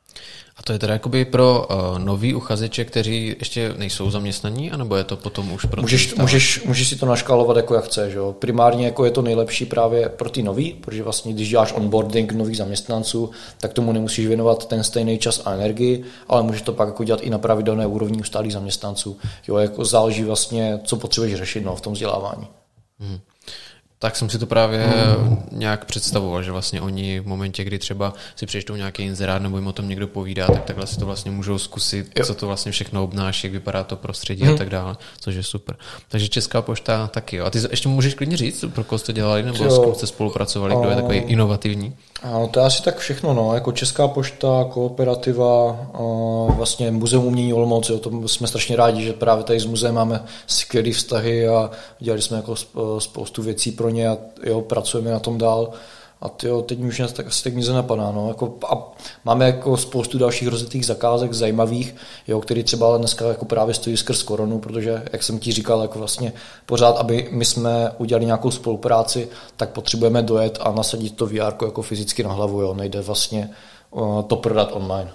A to je teda jakoby pro uh, nový uchazeče, kteří ještě nejsou zaměstnaní, anebo je to potom už pro můžeš, můžeš, můžeš si to naškálovat jako jak chceš. Jo. Primárně jako je to nejlepší právě pro ty nový, protože vlastně když děláš onboarding nových zaměstnanců, tak tomu nemusíš věnovat ten stejný čas a energii, ale můžeš to pak jako dělat i na pravidelné úrovni u stálých zaměstnanců. Jo, jako záleží vlastně, co potřebuješ řešit no, v tom vzdělávání. Hmm. Tak jsem si to právě hmm. nějak představoval, že vlastně oni v momentě, kdy třeba si přečtou nějaký inzerát nebo jim o tom někdo povídá, tak takhle si to vlastně můžou zkusit, jo. co to vlastně všechno obnáší, jak vypadá to prostředí hmm. a tak dále, což je super. Takže Česká pošta taky jo. A ty ještě můžeš klidně říct, pro koho jste dělali nebo jo. s kým jste spolupracovali, kdo je takový inovativní? No, to je asi tak všechno, no. Jako Česká pošta, Kooperativa, vlastně Muzeum umění Olomouc, jo, to jsme strašně rádi, že právě tady s muzeem máme skvělé vztahy a dělali jsme jako spoustu věcí pro ně a jo, pracujeme na tom dál. A tyjo, teď mi už tak, asi tak nic nenapadá. No. Jako, a máme jako spoustu dalších rozjetých zakázek, zajímavých, jo, který třeba ale dneska jako právě stojí skrz koronu, protože, jak jsem ti říkal, jako vlastně pořád, aby my jsme udělali nějakou spolupráci, tak potřebujeme dojet a nasadit to V R jako fyzicky na hlavu. Jo. Nejde vlastně uh, to prodat online.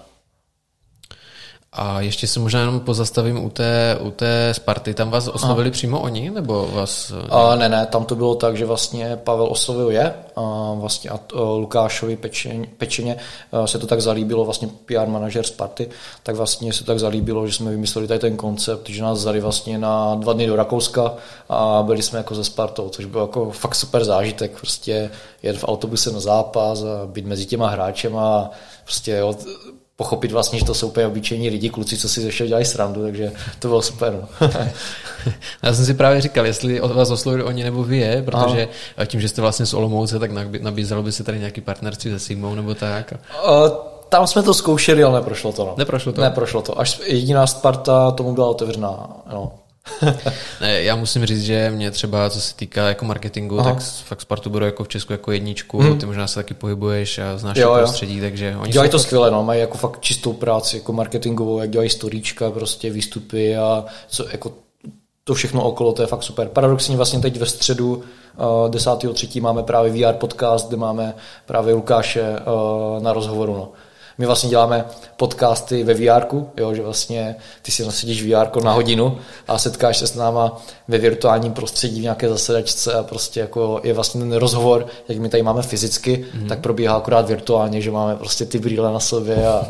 A ještě se možná jenom pozastavím u té, u té Sparty. Tam vás oslovili a. přímo oni, nebo vás... A ne, ne, tam to bylo tak, že vlastně Pavel oslovil je a vlastně a Lukášovi Pečeně, Pečeně se to tak zalíbilo, vlastně P R manažer Sparty, tak vlastně se to tak zalíbilo, že jsme vymysleli tady ten koncept, že nás vzali vlastně na dva dny do Rakouska a byli jsme jako ze Spartou, což byl jako fakt super zážitek, prostě jet v autobuse na zápas a být mezi těma hráčema a prostě jo, pochopit vlastně, že to jsou úplně obyčejní lidi, kluci, co si ze všeho dělají srandu, takže to bylo super. No. Já jsem si právě říkal, jestli od vás oslovili oni nebo vy je, protože Aha. tím, že jste vlastně z Olomouce, tak nabízelo by se tady nějaký partnerství se Sigmou nebo tak. A... Tam jsme to zkoušeli, ale neprošlo to. No. Neprošlo to? Neprošlo to. Až jediná Sparta tomu byla otevřená. No. Ne, já musím říct, že mě třeba, co se týká jako marketingu, Aha. tak fakt Spartu beru jako v Česku jako jedničku, hmm. ty možná se taky pohybuješ a znáš jo, to prostředí, takže oni dělají to fakt... skvěle, no, mají jako fakt čistou práci, jako marketingovou, jak dělají storíčka, prostě výstupy a co, jako to všechno okolo, to je fakt super. Paradoxně vlastně teď ve středu desátého třetího máme právě V R podcast, kde máme právě Lukáše na rozhovoru, no. My vlastně děláme podcasty ve V R ku, jo, že vlastně ty si nasadíš V R na hodinu a setkáš se s náma ve virtuálním prostředí v nějaké zasedačce a prostě jako je vlastně ten rozhovor, jak my tady máme fyzicky, mm-hmm. tak probíhá akorát virtuálně, že máme prostě ty brýle na sobě. A...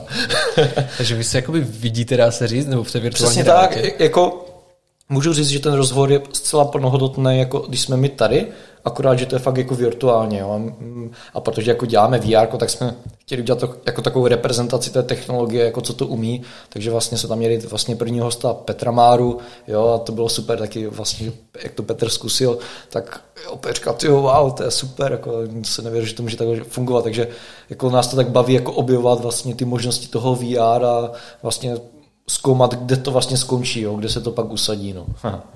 Takže vy se jakoby vidíte, dá se říct, nebo v té virtuální Přesně realitě? Tak, jako můžu říct, že ten rozhovor je zcela plnohodnotný, jako když jsme my tady, akorát, že to je fakt jako virtuálně. Jo. A protože jako děláme V R, tak jsme chtěli udělat to, jako takovou reprezentaci té technologie, jako co to umí. Takže vlastně se tam měli vlastně prvního hosta Petra Máru, jo, a to bylo super, taky vlastně, jak to Petr zkusil, tak opět říkal, tyjo, wow, to je super, jako se nevěřím, že to může takhle fungovat. Takže jako nás to tak baví jako objevovat vlastně ty možnosti toho V R a vlastně zkoumat, kde to vlastně skončí, jo, kde se to pak usadí. No.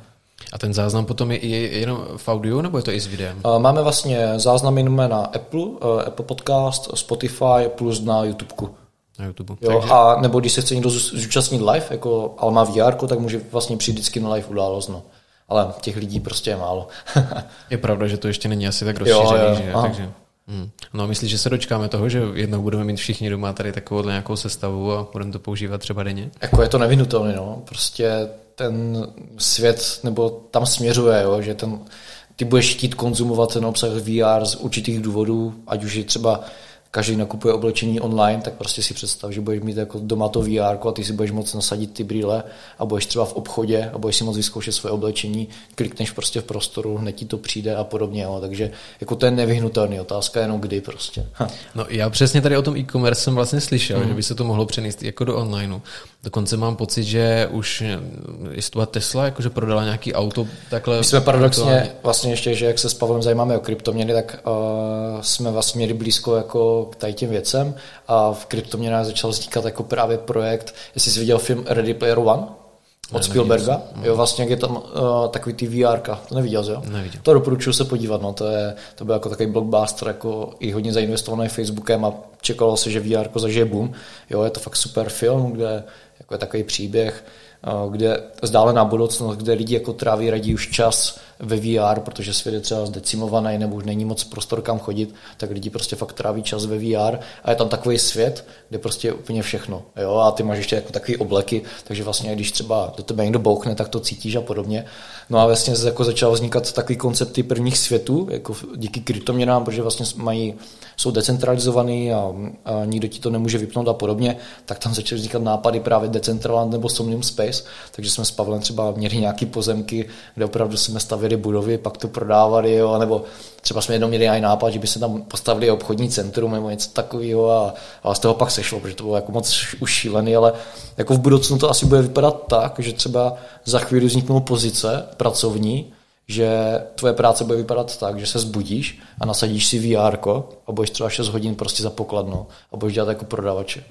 A ten záznam potom je, je jenom v audio, nebo je to i s videem? Máme vlastně záznam jenom na Apple, Apple Podcast, Spotify plus na YouTubeku. Na YouTube. Jo, takže... A nebo když se chce někdo zúčastnit live, jako, ale má V R, tak může vlastně přijít vždycky na live událost. No. Ale těch lidí prostě je málo. Je pravda, že to ještě není asi tak rozšířený, že? Takže... Hmm. No a myslíš, že se dočkáme toho, že jednou budeme mít všichni doma tady takovouhle nějakou sestavu a budeme to používat třeba denně? Jako je to nevyhnutelné, no. Prostě ten svět, nebo tam směřuje, jo, že ten, ty budeš chtít konzumovat ten obsah V R z určitých důvodů, ať už je třeba každý nakupuje oblečení online, tak prostě si představ, že budeš mít jako doma to V R a ty si budeš moct nasadit ty brýle a budeš třeba v obchodě a budeš si moct vyzkoušet svoje oblečení, klikneš prostě v prostoru, hned ti to přijde a podobně. Jo. Takže jako to je nevyhnutelný, otázka jenom kdy prostě. Ha. No já přesně tady o tom e-commerce jsem vlastně slyšel, hmm. že by se to mohlo přenést jako do onlineu. Dokonce mám pocit, že už jestli to Tesla jakože prodala nějaký auto takhle. My jsme paradoxně vlastně ještě, že jak se s Pavlem zajímáme o kryptoměny, tak uh, jsme vlastně měli blízko jako k tady těm věcem a v kryptoměnách začal vznikat jako právě projekt, jestli jsi viděl film Ready Player One od ne, Spielberga, neviděl. Jo, vlastně jak je tam uh, takový ty V R ka, to neviděl jsi, jo? Neviděl. To doporučuji se podívat, no, to, je, to byl jako takový blockbuster, jako i hodně zainvestovaný Facebookem a čekalo se, že V R ko zažije boom, jo, je to fakt super film, kde jako je takový příběh, kde vzdálená budoucnost, kde lidi jako tráví raději už čas ve V R, protože svět je třeba zdecimovaný nebo už není moc prostor kam chodit, tak lidi prostě fakt tráví čas ve V R a je tam takový svět, kde prostě je úplně všechno. Jo? A ty máš ještě jako takový obleky, takže vlastně když třeba do tebe někdo bouchne, tak to cítíš a podobně. No a vlastně jako začal vznikat takový koncepty prvních světů, jako díky kryptoměnám, protože vlastně mají, jsou decentralizovaný a, a nikdo ti to nemůže vypnout a podobně, tak tam začaly vznikat nápady právě Decentraland nebo Somnium Space, takže jsme s Pavlem třeba měli nějaký pozemky, kde opravdu jsme stavěli budovy, pak to prodávali, jo, nebo třeba jsme jednou měli i nápad, že by se tam postavili obchodní centrum nebo něco takového a, a z toho pak sešlo, protože to bylo jako moc už šílený, ale jako v budoucnu to asi bude vypadat tak, že třeba za chvíli vzniknou pozice pracovní, že tvoje práce bude vypadat tak, že se zbudíš a nasadíš si V R ko a budeš třeba šest hodin prostě za pokladnou a budeš dělat jako prodavače.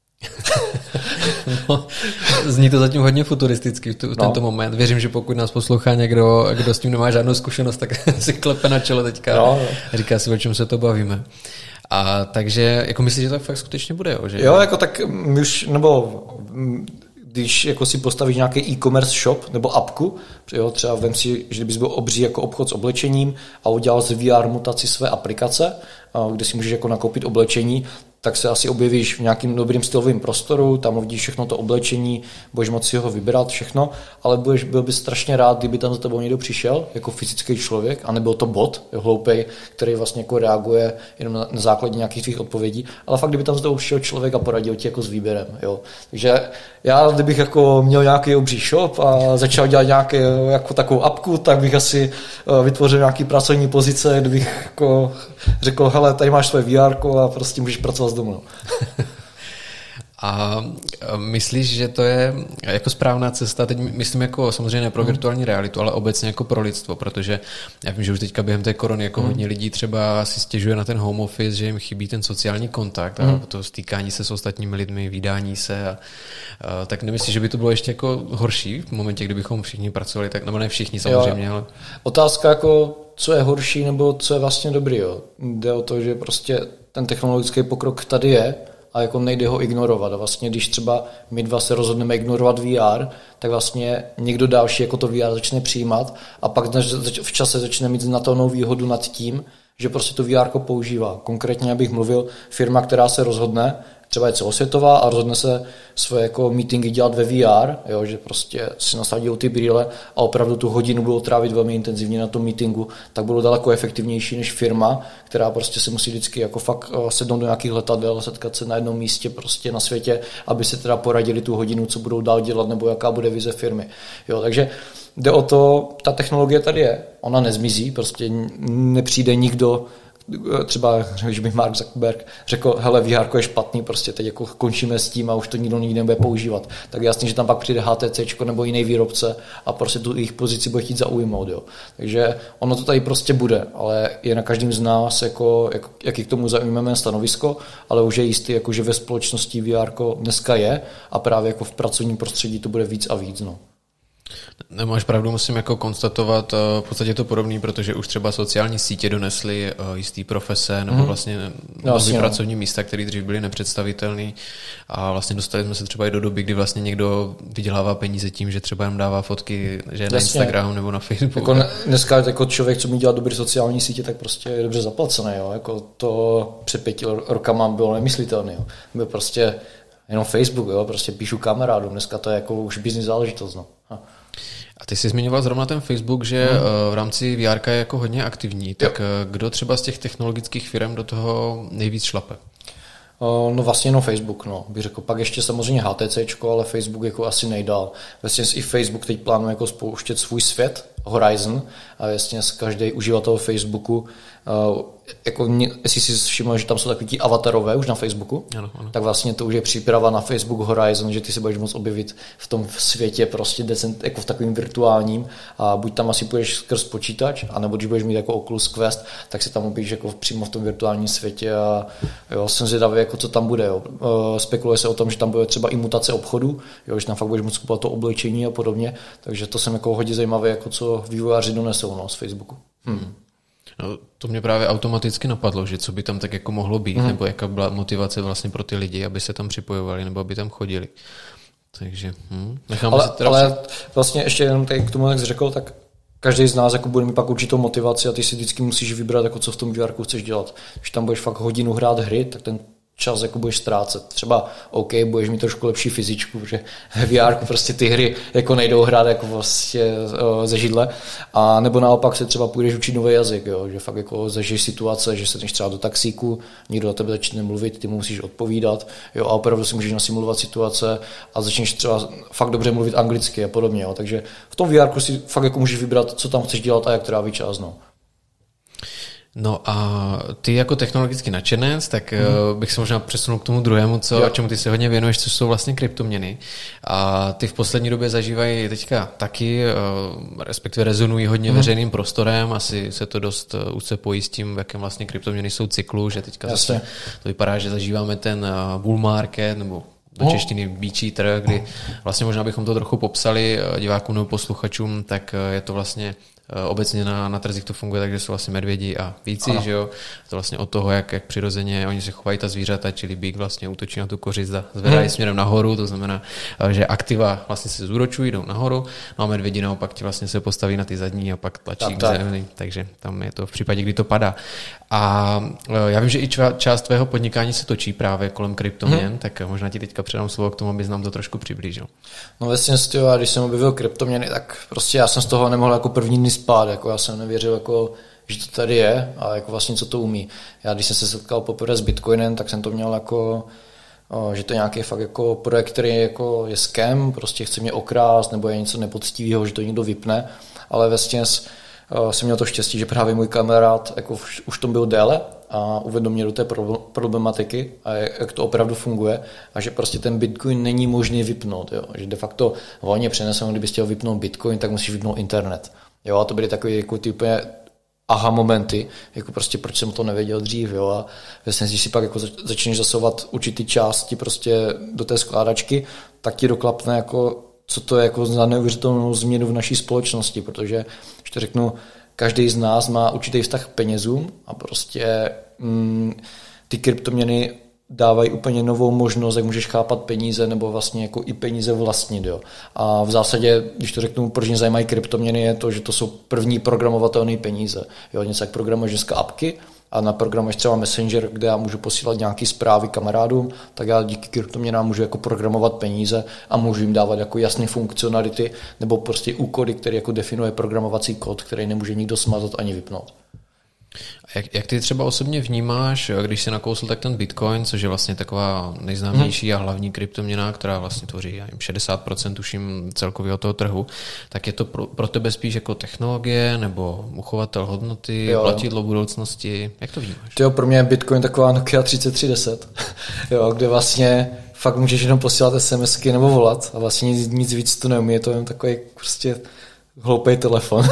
No, zní to zatím hodně futuristicky v tu, no. tento moment. Věřím, že pokud nás poslouchá někdo, kdo s tím nemá žádnou zkušenost, tak si klepe na čelo teďka no, no. a říká si, o čem se to bavíme. A takže, jako myslíš, že to fakt skutečně bude? Jo, že... jo jako tak my už, nebo když jako si postavíš nějaký e-commerce shop nebo appku, jo, třeba vem si, že bys byl obří jako obchod s oblečením a udělal z V R mutaci své aplikace, kde si můžeš jako nakoupit oblečení, tak se asi objevíš v nějakým dobrým stylovém prostoru, tam uvidíš všechno to oblečení, budeš moci ho vybrat, všechno, ale budeš, byl bys strašně rád, kdyby tam za tebou někdo přišel, jako fyzický člověk, a nebyl to bot, hloupej, který vlastně jako reaguje jenom na, na základě nějakých tvých odpovědí, ale fakt, kdyby tam za tebou přišel člověk a poradil ti jako s výběrem. Jo. Takže já, kdybych jako měl nějaký obří shop a začal dělat nějaký jako takovou apku, tak bych asi vytvořil nějaký pracovní pozice, kdybych jako řekl, hele, tady máš své V R ko a prostě můžeš pracovat z domu. A myslíš, že to je jako správná cesta, teď myslím jako samozřejmě ne pro virtuální realitu, ale obecně jako pro lidstvo, protože já vím, že už teďka během té korony jako mm. hodně lidí třeba si stěžuje na ten home office, že jim chybí ten sociální kontakt a mm. to stýkání se s ostatními lidmi, vídání se a, a tak nemyslíš, že by to bylo ještě jako horší v momentě, kdybychom všichni pracovali tak, nebo ne všichni samozřejmě, jo. ale... Otázka jako, co je horší nebo co je vlastně dobrý, jo. Jde o to, že prostě ten technologický pokrok tady je a jako nejde ho ignorovat. A vlastně, když třeba my dva se rozhodneme ignorovat V R, tak vlastně někdo další jako to V R začne přijímat a pak v čase začne mít znatelnou výhodu nad tím, že prostě to V R používá. Konkrétně, abych mluvil, firma, která se rozhodne, třeba je celosvětová a rozhodne se svoje jako meetingy dělat ve V R, jo, že prostě si nasadí ty brýle a opravdu tu hodinu budou trávit velmi intenzivně na tom meetingu, tak budou daleko efektivnější než firma, která prostě se musí vždycky jako fakt sednout do nějakých letadel, setkat se na jednom místě prostě na světě, aby se teda poradili tu hodinu, co budou dál dělat nebo jaká bude vize firmy. Jo, takže jde o to, ta technologie tady je, ona nezmizí, prostě nepřijde nikdo, třeba, když by Mark Zuckerberg řekl, hele, V R je špatný, prostě teď jako končíme s tím a už to nikdo nikdy nebude používat. Tak jasně, že tam pak přijde H T C nebo jiný výrobce a prostě tu jejich pozici bude chtít zaujmout. Jo. Takže ono to tady prostě bude, ale je na každém z nás, jako, jak, jaký k tomu zaujmeme stanovisko, ale už je jistý, jako, že ve společnosti V R dneska je a právě jako v pracovním prostředí to bude víc a víc. No. Nemáš pravdu, musím jako konstatovat, v podstatě to podobný, protože už třeba sociální sítě donesly jistý profese nebo vlastně no, nové pracovní místa, které dřív byly nepředstavitelné a vlastně dostali jsme se třeba i do doby, kdy vlastně někdo vydělává peníze tím, že třeba jenom dává fotky, že je na Instagramu nebo na Facebooku. Jako dneska jako člověk, co mi dělá dobré sociální sítě, tak prostě je dobře zaplacený. Jo? Jako to před pěti rokama bylo nemyslitelné. Jo? Byl prostě jenom Facebook, jo? Prostě píšu kamarádům, dneska to je jako už business záležitost. No. A ty jsi zmiňoval zrovna ten Facebook, že hmm. v rámci V R je jako hodně aktivní, tak jo. Kdo třeba z těch technologických firm do toho nejvíc šlape? No vlastně jenom Facebook, no, bych řekl. Pak ještě samozřejmě H T C, ale Facebook jako asi nejdál. Vlastně i Facebook teď plánuje jako spouštět svůj svět, Horizon, a vlastně každý uživatel Facebooku, jako, jestli si všiml, že tam jsou takový ti avatarové už na Facebooku, ano, ano. tak vlastně to už je příprava na Facebook Horizon, že ty se budeš moct objevit v tom světě prostě decent, jako v takovým virtuálním a buď tam asi půjdeš skrz počítač, anebo když budeš mít jako Oculus Quest, tak se tam objevíš jako přímo v tom virtuálním světě a jo, jsem zvědavý, jako co tam bude. Jo. Spekuluje se o tom, že tam bude třeba i mutace obchodu, jo, že tam fakt budeš moct kupovat to oblečení a podobně, takže to jsem jako hodně zajímavé, jako co vývojáři donesou no, z Facebooku. Hmm. No, to mě právě automaticky napadlo, že co by tam tak jako mohlo být, mm. nebo jaká byla motivace vlastně pro ty lidi, aby se tam připojovali, nebo aby tam chodili. Takže hm, necháme ale, si teda... Ale vlastně ještě jenom tady k tomu, jak jsi řekl, tak každý z nás jako bude mít pak určitou motivaci a ty si vždycky musíš vybrat, jako co v tom V R chceš dělat. Když tam budeš fakt hodinu hrát hry, tak ten čas jako budeš ztrácet. Třeba OK, budeš mít trošku lepší fyzičku, protože v V R prostě ty hry jako nejdou hrát jako vlastně ze židle. A nebo naopak se třeba půjdeš učit nový jazyk, jo? Že fakt jako zažiješ situace, že se jdeš třeba do taxíku, někdo na tebe začne mluvit, ty mu musíš odpovídat, jo? A opravdu si můžeš nasimulovat situace a začneš třeba fakt dobře mluvit anglicky a podobně. Jo? Takže v tom V R si fakt jako můžeš vybrat, co tam chceš dělat a jak trávit čas. No. No a ty jako technologicky nadšenec, tak hmm. bych se možná přesunul k tomu druhému, co, čemu ty se hodně věnuješ, což jsou vlastně kryptoměny. A ty v poslední době zažívají teďka taky, respektive rezonují hodně hmm. veřejným prostorem, asi se to dost úzce pojí s tím, v jakém vlastně kryptoměny jsou cyklu, že teďka zase to vypadá, že zažíváme ten bull market, nebo do češtiny býčí trh, kdy vlastně možná bychom to trochu popsali divákům nebo posluchačům, tak je to vlastně obecně na, na trzích to funguje tak, že jsou vlastně medvědi a víci, že jo. To vlastně od toho, jak, jak přirozeně oni se chovají ta zvířata, čili býk vlastně útočí na tu kořist a zvedají hmm. směrem nahoru, to znamená, že aktiva vlastně se zúročují, jdou nahoru, no a medvědi naopak ti vlastně se postaví na ty zadní a pak tlačí k zemi, takže tam je to v případě, kdy to padá. A já vím, že i část tvého podnikání se točí právě kolem kryptoměn, hmm. tak možná ti teďka předám slovo k tomu, abys nám to trošku přiblížil. No vlastně, když jsem objevil kryptoměny, tak prostě já jsem z toho nemohl jako první dny spát, jako já jsem nevěřil, jako, že to tady je a jako vlastně co to umí. Já když jsem se setkal poprvé s Bitcoinem, tak jsem to měl jako, že to je nějaký fakt jako projekt, který je, jako je scam, prostě chce mě okrást nebo je něco nepoctivého, že to někdo vypne, ale vlastně jsem měl to štěstí, že právě můj kamarád jako už, už tom byl déle a uvedl mě do té problematiky a jak to opravdu funguje a že prostě ten Bitcoin není možný vypnout. Jo? Že de facto volně přeneseno, kdyby chtěl vypnout Bitcoin, tak musíš vypnout internet. Jo? A to byly takové jako ty úplně aha momenty, jako prostě proč jsem to nevěděl dřív, jo, a vlastně, když si pak jako začneš zasouvat určitý části prostě do té skládačky, tak ti doklapne jako, co to je jako za neuvěřitelnou změnu v naší společnosti, protože, když to řeknu, každý z nás má určitý vztah k penězům a prostě mm, ty kryptoměny dávají úplně novou možnost, jak můžeš chápat peníze nebo vlastně jako i peníze vlastnit. Jo. A v zásadě, když to řeknu, proč mě zajímají kryptoměny, je to, že to jsou první programovatelné peníze. Jo, něco jak programuješ dneska apky a naprogramuješ třeba Messenger, kde já můžu posílat nějaké zprávy kamarádům, tak já díky kryptoměnám můžu jako programovat peníze a můžu jim dávat jako jasné funkcionality nebo prostě úkoly, které jako definuje programovací kód, který nemůže nikdo smazat ani vypnout. Jak, jak ty třeba osobně vnímáš, když jsi nakousl tak ten Bitcoin, což je vlastně taková nejznámější hmm. a hlavní kryptoměna, která vlastně tvoří já nevím, šedesát procent tuším celkového toho trhu, tak je to pro, pro tebe spíš jako technologie nebo uchovatel hodnoty, jo, platidlo budoucnosti? Jak to vnímáš? Jo, pro mě je Bitcoin taková Nokia třicet tři deset, jo, kde vlastně fakt můžeš jenom posílat SMSky nebo volat a vlastně nic, nic víc to neumí, je to jen takový prostě hloupej telefon.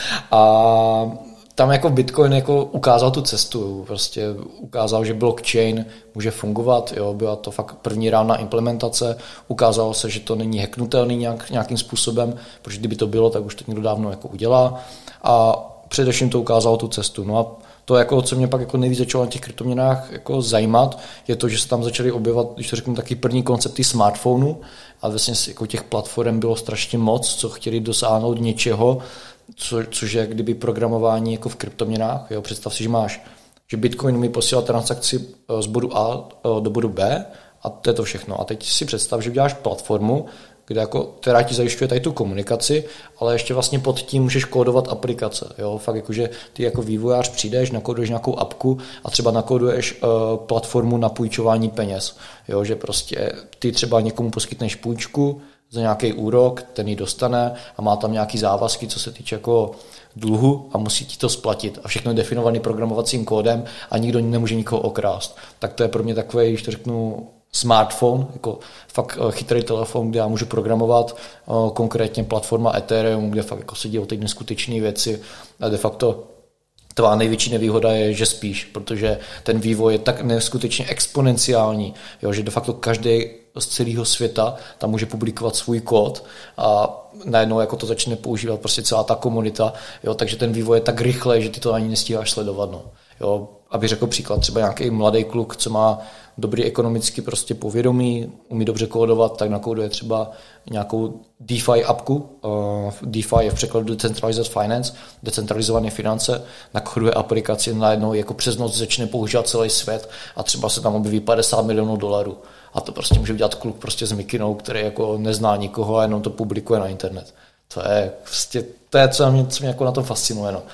A tam jako Bitcoin jako ukázal tu cestu, prostě ukázal, že blockchain může fungovat, jo, byla to fakt první reálná implementace, ukázalo se, že to není hacknutelný nějak, nějakým způsobem, protože kdyby to bylo, tak už to někdo dávno jako udělá a především to ukázalo tu cestu. No a to, jako, co mě pak jako nejvíc začalo na těch kryptoměnách jako zajímat, je to, že se tam začaly objevovat, když to řeknu, taky první koncepty smartphonů a vlastně jako těch platform bylo strašně moc, co chtěli dosáhnout něčeho, Co, což je kdyby programování jako v kryptoměnách. Jo, představ si, že máš, že Bitcoin mi posílá transakci z bodu A do bodu B a to je to všechno. A teď si představ, že uděláš platformu, kde jako, která ti zajišťuje tady tu komunikaci, ale ještě vlastně pod tím můžeš kódovat aplikace. Jo? Fakt jako, že ty jako vývojář přijdeš, nakóduješ nějakou apku a třeba nakóduješ uh, platformu na půjčování peněz. Jo? Že prostě ty třeba někomu poskytneš půjčku za nějaký úrok, ten ji dostane a má tam nějaký závazky, co se týče jako dluhu a musí ti to splatit. A všechno je definovaný programovacím kódem a nikdo nemůže nikoho okrást. Tak to je pro mě takový, když to řeknu, smartphone, jako fakt chytrý telefon, kde já můžu programovat, konkrétně platforma Ethereum, kde fakt jako se dějí teď neskutečné věci a de facto tvá největší nevýhoda je, že spíš, protože ten vývoj je tak neskutečně exponenciální, jo, že de facto každý z celého světa tam může publikovat svůj kód a najednou jako to začne používat prostě celá ta komunita, jo, takže ten vývoj je tak rychlý, že ty to ani nestíháš sledovat. No. Jo, aby řekl příklad, třeba nějaký mladý kluk, co má dobrý ekonomicky prostě povědomí, umí dobře kódovat, tak nakóduje třeba nějakou DeFi appku. Uh, DeFi je v překladu Decentralized Finance, decentralizované finance, nakóduje aplikaci, najednou jako přes noc začne používat celý svět a třeba se tam objeví padesát milionů dolarů. A to prostě může udělat kluk prostě s mikinou, který jako nezná nikoho a jenom to publikuje na internet. To je prostě, to je, co mě, co mě jako na tom fascinuje. No.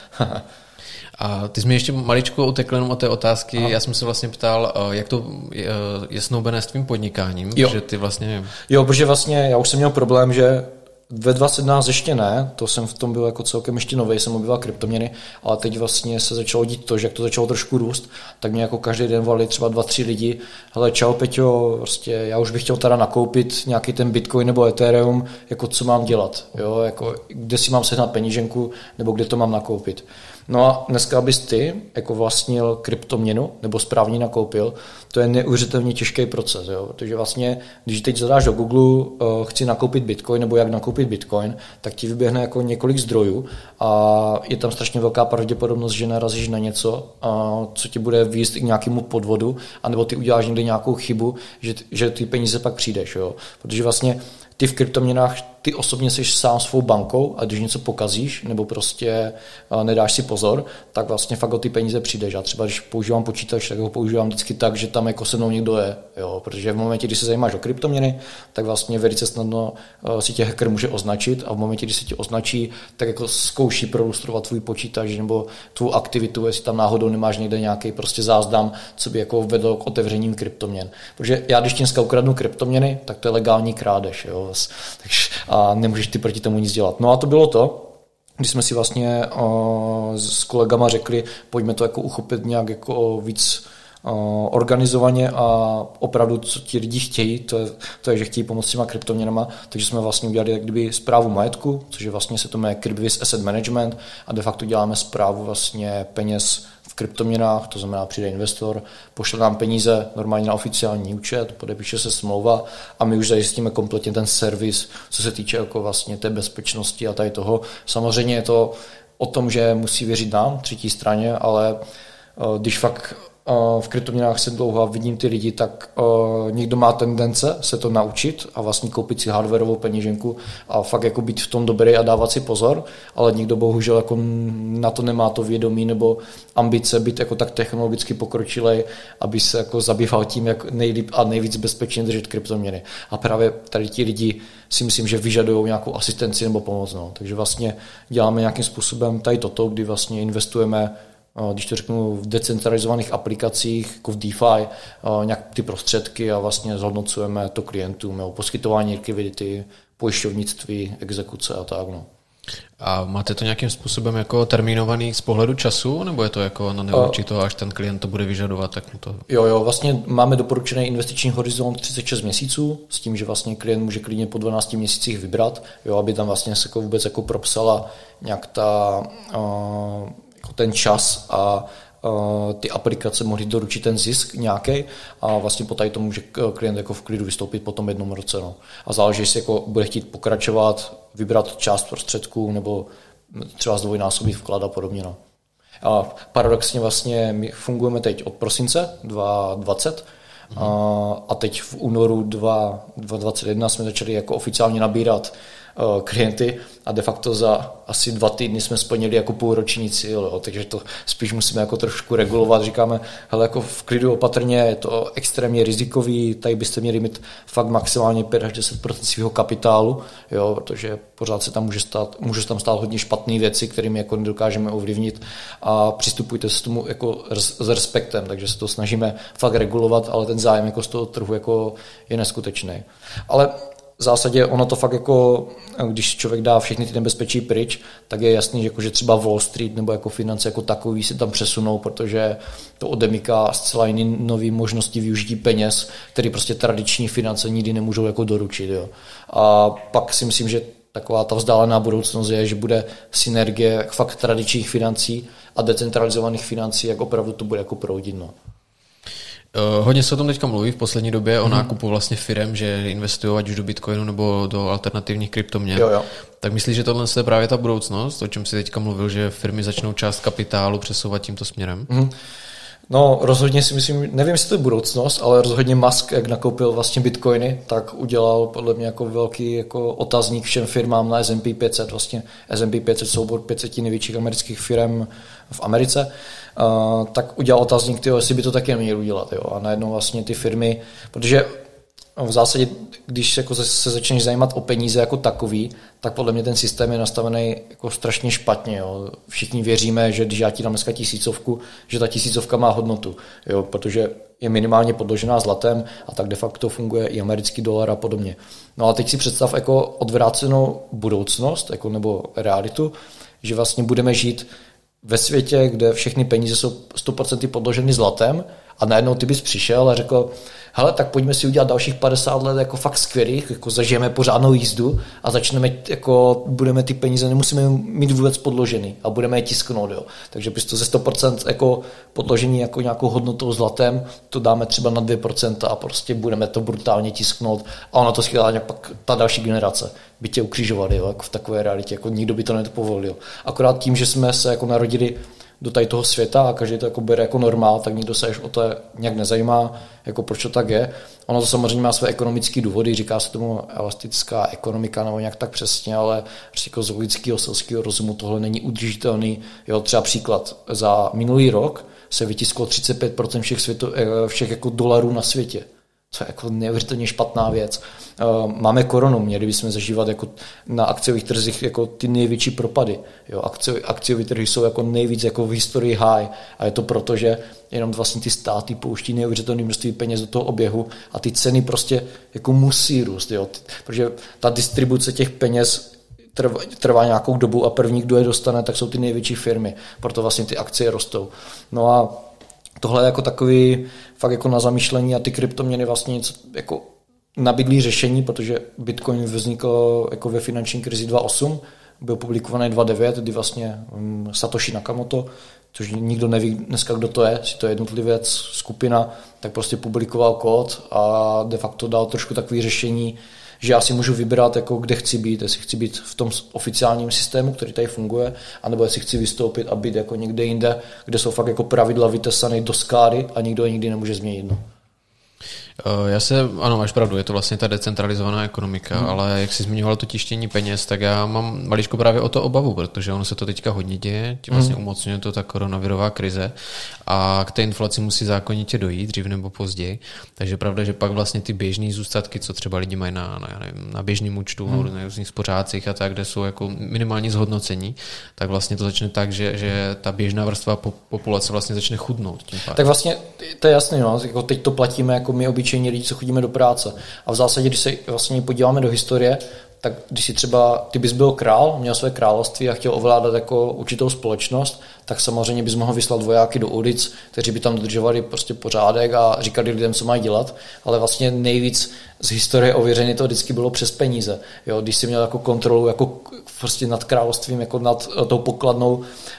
A ty jsi mi ještě maličko utekl jenom o té otázky. Aha. Já jsem se vlastně ptal, jak to je snoubené s tvým podnikáním, jo. Že ty vlastně... Jo, protože vlastně já už jsem měl problém, že ve dvacet sedmnáct ještě ne, to jsem v tom byl jako celkem ještě novej, jsem objevil kryptoměny, ale teď vlastně se začalo dít to, že jak to začalo trošku růst, tak mě jako každý den volali třeba dva, tři lidi, hele čau Peťo, prostě já už bych chtěl teda nakoupit nějaký ten Bitcoin nebo Ethereum, jako co mám dělat, jo, jako kde si mám sehnat peníženku, nebo kde to mám nakoupit. No a dneska, abys ty jako vlastnil kryptoměnu nebo správně nakoupil, to je neuvěřitelně těžký proces, jo? Protože vlastně, když teď zadáš do Google, uh, chci nakoupit Bitcoin nebo jak nakoupit Bitcoin, tak ti vyběhne jako několik zdrojů a je tam strašně velká pravděpodobnost, že narazíš na něco, uh, co ti bude vést k nějakému podvodu, anebo ty uděláš někde nějakou chybu, že, že ty peníze pak přijdeš, jo? Protože vlastně ty v kryptoměnách, ty osobně jsi sám svou bankou a když něco pokazíš nebo prostě nedáš si pozor, tak vlastně fakt o ty peníze přijdeš. A třeba když používám počítač, tak ho používám vždycky tak, že tam jako se mnou někdo je. Jo? Protože v momentě, kdy se zajímáš o kryptoměny, tak vlastně velice snadno si tě hacker může označit a v momentě, kdy se tě označí, tak jako zkouší prolustrovat tvůj počítač nebo tvou aktivitu, jestli tam náhodou nemáš někde nějaký prostě záznam, co by jako vedlo k otevřením kryptoměn. Protože já když dneska ukradnu kryptoměny, tak to je legální krádež. Jo? Takže a nemůžeš ty proti tomu nic dělat. No a to bylo to, když jsme si vlastně uh, s kolegama řekli, pojďme to jako uchopit nějak jako víc uh, organizovaně a opravdu, co ti lidi chtějí, to je, to je, že chtějí pomoct s těma kryptoměnama, takže jsme vlastně udělali jak kdyby správu majetku, což je vlastně se to jmenuje CryptWiz Asset Management a de facto děláme správu vlastně peněz v kryptoměnách, to znamená přijde investor, pošle nám peníze normálně na oficiální účet, podepíše se smlouva a my už zajistíme kompletně ten servis, co se týče jako vlastně té bezpečnosti a tady toho. Samozřejmě je to o tom, že musí věřit nám, třetí straně, ale když fakt v kryptoměnách jsem dlouho a vidím ty lidi, tak uh, někdo má tendence se to naučit a vlastně koupit si hardwarovou peněženku a fakt jako být v tom dobrý a dávat si pozor, ale někdo bohužel jako na to nemá to vědomí nebo ambice být jako tak technologicky pokročilej, aby se jako zabýval tím, jak nejlíp a nejvíc bezpečně držet kryptoměny. A právě tady ti lidi si myslím, že vyžadují nějakou asistenci nebo pomoc. No. Takže vlastně děláme nějakým způsobem tady toto, kdy vlastně investujeme, když to řeknu, v decentralizovaných aplikacích, jako v DeFi, nějak ty prostředky a vlastně zhodnocujeme to klientům, jo, poskytování likvidity, pojišťovnictví, exekuce a tak. No. A máte to nějakým způsobem jako termínovaný z pohledu času, nebo je to jako na neurčito, až ten klient to bude vyžadovat, tak mu to... Jo, jo, vlastně máme doporučený investiční horizont třicet šest měsíců, s tím, že vlastně klient může klidně po dvanácti měsících vybrat, jo, aby tam vlastně se jako vůbec jako propsala nějak ta... Uh, ten čas a uh, ty aplikace mohly doručit ten zisk nějaký a vlastně po tady tomu může klient jako v klidu vystoupit po tom jednom roce. No. A záleží, jestli jako bude chtít pokračovat, vybrat část prostředků nebo třeba zdvojnásobit vklad a podobně. No. A paradoxně vlastně my fungujeme teď od prosince dva tisíce dvacet mm. a, a teď v únoru dva tisíce dvacet jedna jsme začali jako oficiálně nabírat klienty a de facto za asi dva týdny jsme splnili jako půlroční cíl, jo. Takže to spíš musíme jako trošku regulovat. Říkáme, hele, jako v klidu opatrně, je to extrémně rizikový, tady byste měli mít fakt maximálně pět až deset procent svého kapitálu, jo, protože pořád se tam může stát, může se tam stát hodně špatné věci, kterými jako nedokážeme ovlivnit a přistupujte s tomu jako s respektem, takže se to snažíme fakt regulovat, ale ten zájem jako z toho trhu jako je neskutečný. Ale v zásadě ono to fakt jako, když člověk dá všechny ty nebezpečí pryč, tak je jasný, že, jako, že třeba Wall Street nebo jako finance jako takový se tam přesunou, protože to odemyká zcela jiný nový možnosti využití peněz, které prostě tradiční finance nikdy nemůžou jako doručit. Jo. A pak si myslím, že taková ta vzdálená budoucnost je, že bude synergie fakt tradičních financí a decentralizovaných financí, jak opravdu to bude jako proudit. No. Hodně se o tom teďka mluví v poslední době o nákupu vlastně firem, že investují ať už do Bitcoinu nebo do alternativních kryptoměn. Jo, jo. Tak myslíš, že tohle je právě ta budoucnost, o čem si teďka mluvil, že firmy začnou část kapitálu přesouvat tímto směrem? Mm. No rozhodně si myslím, nevím, jestli to je budoucnost, ale rozhodně Musk, jak nakoupil vlastně bitcoiny, tak udělal podle mě jako velký jako otazník všem firmám na S and P pět set. Vlastně S and P pět set soubor pět set největších amerických firm v Americe. Uh, tak udělal otazník, tyjo, jestli by to taky neměli udělat. Jo. A najednou vlastně ty firmy, protože v zásadě, když jako se začneš zajímat o peníze jako takový, tak podle mě ten systém je nastavený jako strašně špatně. Jo. Všichni věříme, že když já ti dám dneska tisícovku, že ta tisícovka má hodnotu, jo, protože je minimálně podložená zlatem a tak de facto funguje i americký dolar a podobně. No a teď si představ jako odvrácenou budoucnost jako nebo realitu, že vlastně budeme žít ve světě, kde všechny peníze jsou sto procent podloženy zlatem a najednou ty bys přišel a řekl, hele, tak pojďme si udělat dalších padesát let jako fakt skvělých, jako zažijeme pořádnou jízdu a začneme, jako budeme ty peníze, nemusíme mít vůbec podložený a budeme je tisknout, jo. Takže bys to ze sto procent jako podložení jako nějakou hodnotou zlatem, to dáme třeba na dvě procenta a prostě budeme to brutálně tisknout a ona to schytá nějak pak ta další generace by tě ukřižovali, jo, jako v takové realitě, jako nikdo by to nepovolil. Akorát tím, že jsme se jako narodili do tady toho světa a každý to jako bere jako normál, tak nikdo se o to nějak nezajímá, jako proč to tak je. Ono to samozřejmě má své ekonomické důvody, říká se tomu elastická ekonomika nebo nějak tak přesně, ale jako z logického selského rozumu tohle není udržitelný. Jo, třeba příklad, za minulý rok se vytisklo třicet pět procent všech, světu, všech jako dolarů na světě. To je jako neuvěřitelně špatná věc. Máme koronu, měli bychom zažívat jako na akciových trzích jako ty největší propady. Jo, akciové trhy jsou jako nejvíc jako v historii high a je to proto, že jenom vlastně ty státy pouští neuvěřitelné množství peněz do toho oběhu a ty ceny prostě jako musí růst. Jo, protože ta distribuce těch peněz trvá, trvá nějakou dobu a první, kdo je dostane, tak jsou ty největší firmy, proto vlastně ty akcie rostou. No a tohle je jako takový fakt jako na zamýšlení a ty kryptoměny vlastně něco jako nabídlý řešení, protože Bitcoin vznikl jako ve finanční krizi dva tisíce osm, byl publikovaný dva tisíce devět, kdy vlastně Satoshi Nakamoto, což nikdo neví dneska, kdo to je, si to je jednotlivec, skupina, tak prostě publikoval kód a de facto dal trošku takový řešení, že já si můžu vybrat, jako kde chci být, jestli chci být v tom oficiálním systému, který tady funguje, anebo jestli chci vystoupit a být jako někde jinde, kde jsou fakt jako pravidla vytesané do skály a nikdo je nikdy nemůže změnit. No. Já se, ano, máš pravdu, je to vlastně ta decentralizovaná ekonomika, hmm. ale jak jsi zmiňoval to tištění peněz, tak já mám maličko právě o to obavu, protože ono se to teďka hodně děje, tím vlastně hmm. umocňuje to ta koronavirová krize a k té inflaci musí zákonitě dojít, dřív nebo později, takže pravda, že pak vlastně ty běžné zůstatky, co třeba lidi mají na, na, nevím, na běžném účtu, hmm. na různých spořádcích a tak, kde jsou jako minimální zhodnocení, tak vlastně to začne tak, že, že ta běžná vrstva populace vlastně začne chudnout tím pádem. Tak vlastně to je jasné, no, jako teď to platíme jako my obyčejní lidi, co chodíme do práce. A v zásadě, když se vlastně podíváme do historie, tak když si třeba, ty bys byl král, měl své království a chtěl ovládat jako určitou společnost, tak samozřejmě bys mohl vyslat vojáky do ulic, kteří by tam dodržovali prostě pořádek a říkali lidem, co mají dělat, ale vlastně nejvíc z historie ověřené to vždycky bylo přes peníze. Jo, když si měl jako kontrolu jako prostě nad královstvím, jako nad tou pokladnou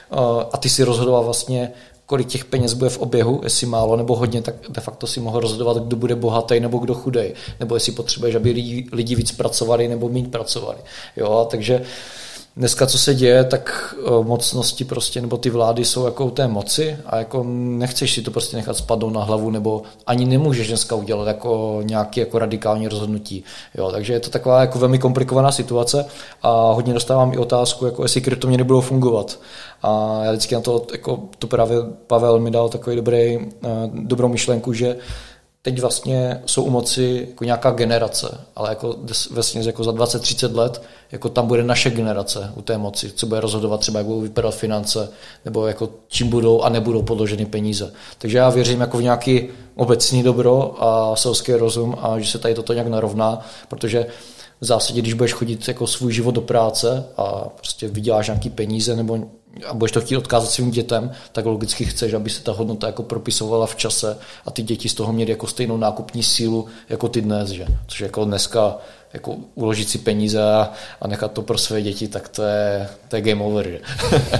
a ty si rozhodoval vlastně, kolik těch peněz bude v oběhu, jestli málo nebo hodně, tak de facto si mohl rozhodovat, kdo bude bohatý nebo kdo chudej, nebo jestli potřebuješ, aby lidi, lidi víc pracovali nebo méně pracovali. Jo, takže dneska, co se děje, tak mocnosti prostě, nebo ty vlády jsou jako u té moci a jako nechceš si to prostě nechat spadnout na hlavu, nebo ani nemůžeš dneska udělat jako nějaké jako radikální rozhodnutí. Jo, takže je to taková jako velmi komplikovaná situace a hodně dostávám i otázku, jako jestli kryptoměny budou fungovat. A já vždycky na to, jako to právě Pavel mi dal takový dobrý, dobrou myšlenku, že teď vlastně jsou u moci jako nějaká generace, ale jako vlastně jako za dvacet třicet let jako tam bude naše generace u té moci, co bude rozhodovat třeba, jak budou vypadat finance, nebo jako čím budou a nebudou podloženy peníze. Takže já věřím jako v nějaký obecný dobro a selský rozum a že se tady toto nějak narovná, protože v zásadě, když budeš chodit jako svůj život do práce a prostě vyděláš nějaký peníze nebo a budeš to chtít odkázat svým dětem, tak logicky chceš, aby se ta hodnota jako propisovala v čase a ty děti z toho měly jako stejnou nákupní sílu jako ty dnes, že? Což jako dneska jako uložit si peníze a, a nechat to pro své děti, tak to je, to je game over, že?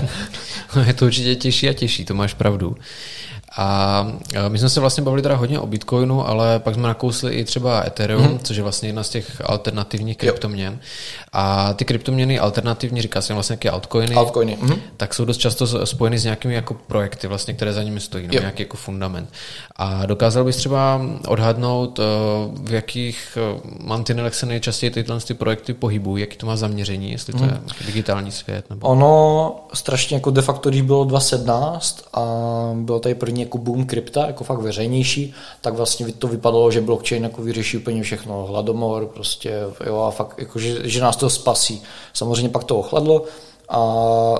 Je to určitě těžší a těžší, to máš pravdu. A my jsme se vlastně bavili teda hodně o Bitcoinu, ale pak jsme nakousli i třeba Ethereum, hmm. což je vlastně jedna z těch alternativních kryptoměn. A ty kryptoměny alternativní, říká se vlastně nějaké altcoiny, altcoiny. Hmm. tak jsou dost často spojeny s nějakými jako projekty, vlastně, které za nimi stojí, no, nějaký jako fundament. A dokázal bys třeba odhadnout, v jakých mantinelech se nejčastěji tyhle ty projekty pohybují, jaký to má zaměření, jestli to hmm. je digitální svět? Nebo... Ono strašně jako de facto, když bylo dva tisíce sedmnáct a bylo tady první jako boom krypta, jako fakt veřejnější, tak vlastně to vypadalo, že blockchain jako vyřeší úplně všechno, hladomor, prostě, jo, a fakt, jako, že, že nás to spasí. Samozřejmě pak to ochladlo a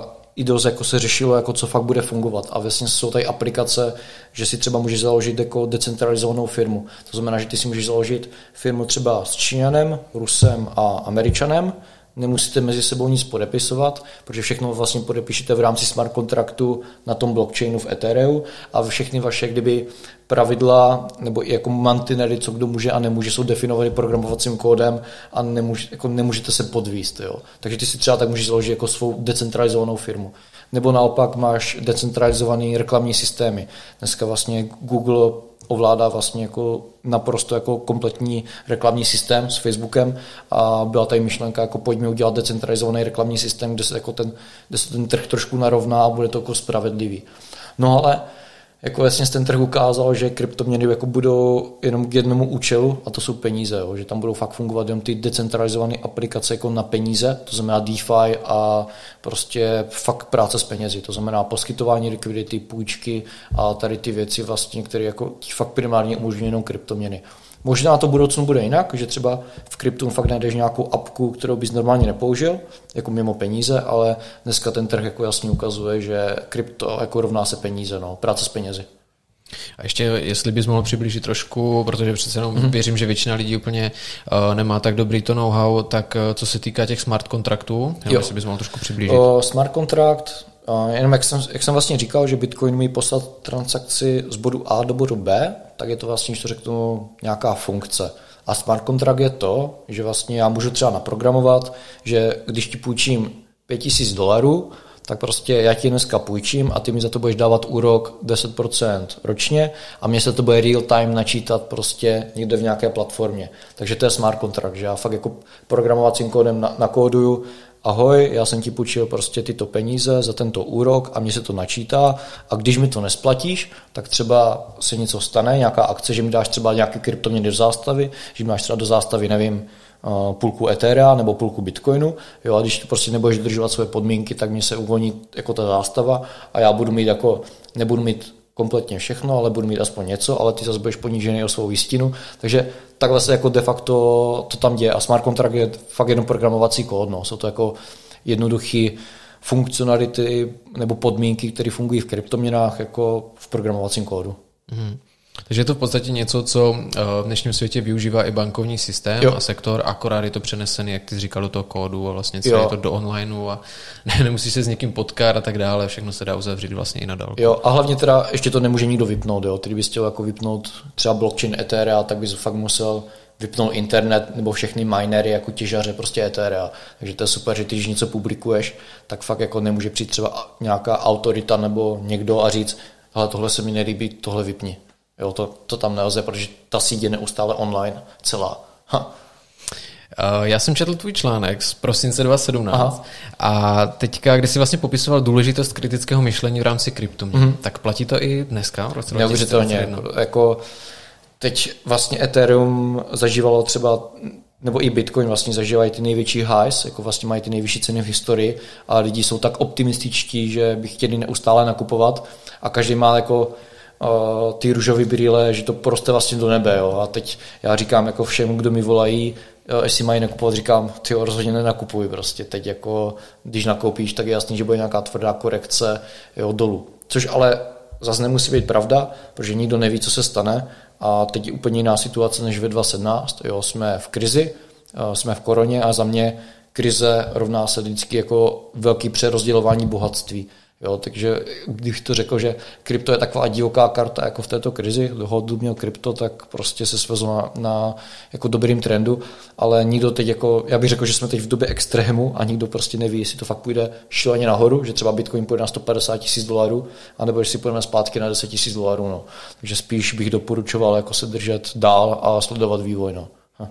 i dost jako se řešilo, jako co fakt bude fungovat. A vlastně jsou tady aplikace, že si třeba můžeš založit jako decentralizovanou firmu. To znamená, že ty si můžeš založit firmu třeba s Číňanem, Rusem a Američanem, nemusíte mezi sebou nic podepisovat, protože všechno vlastně podepíšete v rámci smart kontraktu na tom blockchainu v Ethereu a všechny vaše kdyby pravidla nebo i jako mantinely, co kdo může a nemůže, jsou definovány programovacím kódem a nemůže, jako nemůžete se podvíst. Jo. Takže ty si třeba tak můžeš založit jako svou decentralizovanou firmu. Nebo naopak máš decentralizovaný reklamní systémy. Dneska vlastně Google ovládá vlastně jako naprosto jako kompletní reklamní systém s Facebookem a byla tady myšlenka, jako pojďme udělat decentralizovaný reklamní systém, kde se, jako ten, kde se ten trh trošku narovná a bude to jako spravedlivý. No ale jako vlastně ten trh ukázal, že kryptoměny jako budou jenom k jednomu účelu a to jsou peníze, jo, že tam budou fakt fungovat jenom ty decentralizované aplikace jako na peníze, to znamená DeFi a prostě fakt práce s penězi, to znamená poskytování likvidity, půjčky a tady ty věci vlastně, které jako fakt primárně umožňují jenom kryptoměny. Možná to v budoucnu bude jinak, že třeba v kryptu fakt najdeš nějakou apku, kterou bys normálně nepoužil, jako mimo peníze, ale dneska ten trh jako jasně ukazuje, že krypto jako rovná se peníze, no, práce s penězi. A ještě, jestli bys mohl přiblížit trošku, protože přece jenom mm-hmm. věřím, že většina lidí úplně uh, nemá tak dobrý to know-how, tak uh, co se týká těch smart kontraktů, jestli bys mohl trošku přiblížit. O, smart kontrakt, uh, jenom jak jsem, jak jsem vlastně říkal, že Bitcoin umí poslat transakci z bodu A do bodu B, tak je to vlastně, když to řeknu, nějaká funkce. A smart kontrakt je to, že vlastně já můžu třeba naprogramovat, že když ti půjčím pět tisíc dolarů, tak prostě já ti dneska půjčím a ty mi za to budeš dávat úrok deset procent ročně a mně se to bude real time načítat prostě někde v nějaké platformě. Takže to je smart kontrakt, že já fakt jako programovacím kódem nakóduju, ahoj, já jsem ti půjčil prostě tyto peníze za tento úrok a mně se to načítá a když mi to nesplatíš, tak třeba se něco stane, nějaká akce, že mi dáš třeba nějaký kryptoměny do zástavy, že mi dáš třeba do zástavy, nevím, půlku Etherea nebo půlku Bitcoinu, jo, a když prostě nebudeš dodržovat své podmínky, tak mě se uvolní jako ta zástava a já budu mít jako, nebudu mít kompletně všechno, ale budu mít aspoň něco, ale ty zase budeš ponížený o svou jistinu, takže takhle se jako de facto to tam děje a smart contract je fakt jenom programovací kód, no. Jsou to jako jednoduché funkcionality nebo podmínky, které fungují v kryptoměnách jako v programovacím kódu. Mm. Takže je to v podstatě něco, co v dnešním světě využívá i bankovní systém jo. a sektor, akorát je to přenesený, jak ty jsi říkal, do toho kódu a vlastně celé je to do onlineu a ne, nemusí se s někým potkat a tak dále, všechno se dá uzavřít vlastně i na dálku. Jo, a hlavně teda ještě to nemůže nikdo vypnout, jo. Ty bys chtěl jako vypnout třeba blockchain Etherea, tak bys fakt musel vypnout internet nebo všechny minery jako těžaře prostě Etherea. Takže to je super, že ty, když něco publikuješ, tak fakt jako nemůže přijít třeba nějaká autorita nebo někdo a říct, hele, tohle se mi nelíbí, tohle vypni. Jo, to, to tam nelze, protože ta síť je neustále online celá. Ha. Já jsem četl tvůj článek z prosince dva tisíce sedmnáct Aha. a teďka, když jsi vlastně popisoval důležitost kritického myšlení v rámci kryptoměn, mm-hmm. tak platí to i dneska? Neuvěřitelně. Jako teď vlastně Ethereum zažívalo třeba, nebo i Bitcoin vlastně zažívají ty největší highs, jako vlastně mají ty nejvyšší ceny v historii a lidi jsou tak optimističtí, že by chtěli neustále nakupovat a každý má jako Uh, ty růžové brýle, že to poroste vlastně do nebe. Jo. A teď já říkám jako všem, kdo mi volají, uh, jestli mají nakupovat, říkám, ty rozhodně nenakupuj prostě. Teď jako, když nakoupíš, tak je jasný, že bude nějaká tvrdá korekce jo, dolů. Což ale zase nemusí být pravda, protože nikdo neví, co se stane. A teď je úplně jiná situace než ve dva tisíce sedmnáct. Jo. Jsme v krizi, uh, jsme v koroně a za mě krize rovná se vždycky jako velký přerozdělování bohatství. Jo, takže když to řekl, že krypto je taková divoká karta jako v této krizi, hodl měl krypto, tak prostě se svezl na, na jako dobrým trendu, ale nikdo teď jako, já bych řekl, že jsme teď v době extrému a nikdo prostě neví, jestli to fakt půjde šíleně nahoru, že třeba Bitcoin půjde na sto padesát tisíc dolarů, anebo jestli půjdeme zpátky na deset tisíc dolarů. No. Takže spíš bych doporučoval jako se držet dál a sledovat vývoj. No. Ha.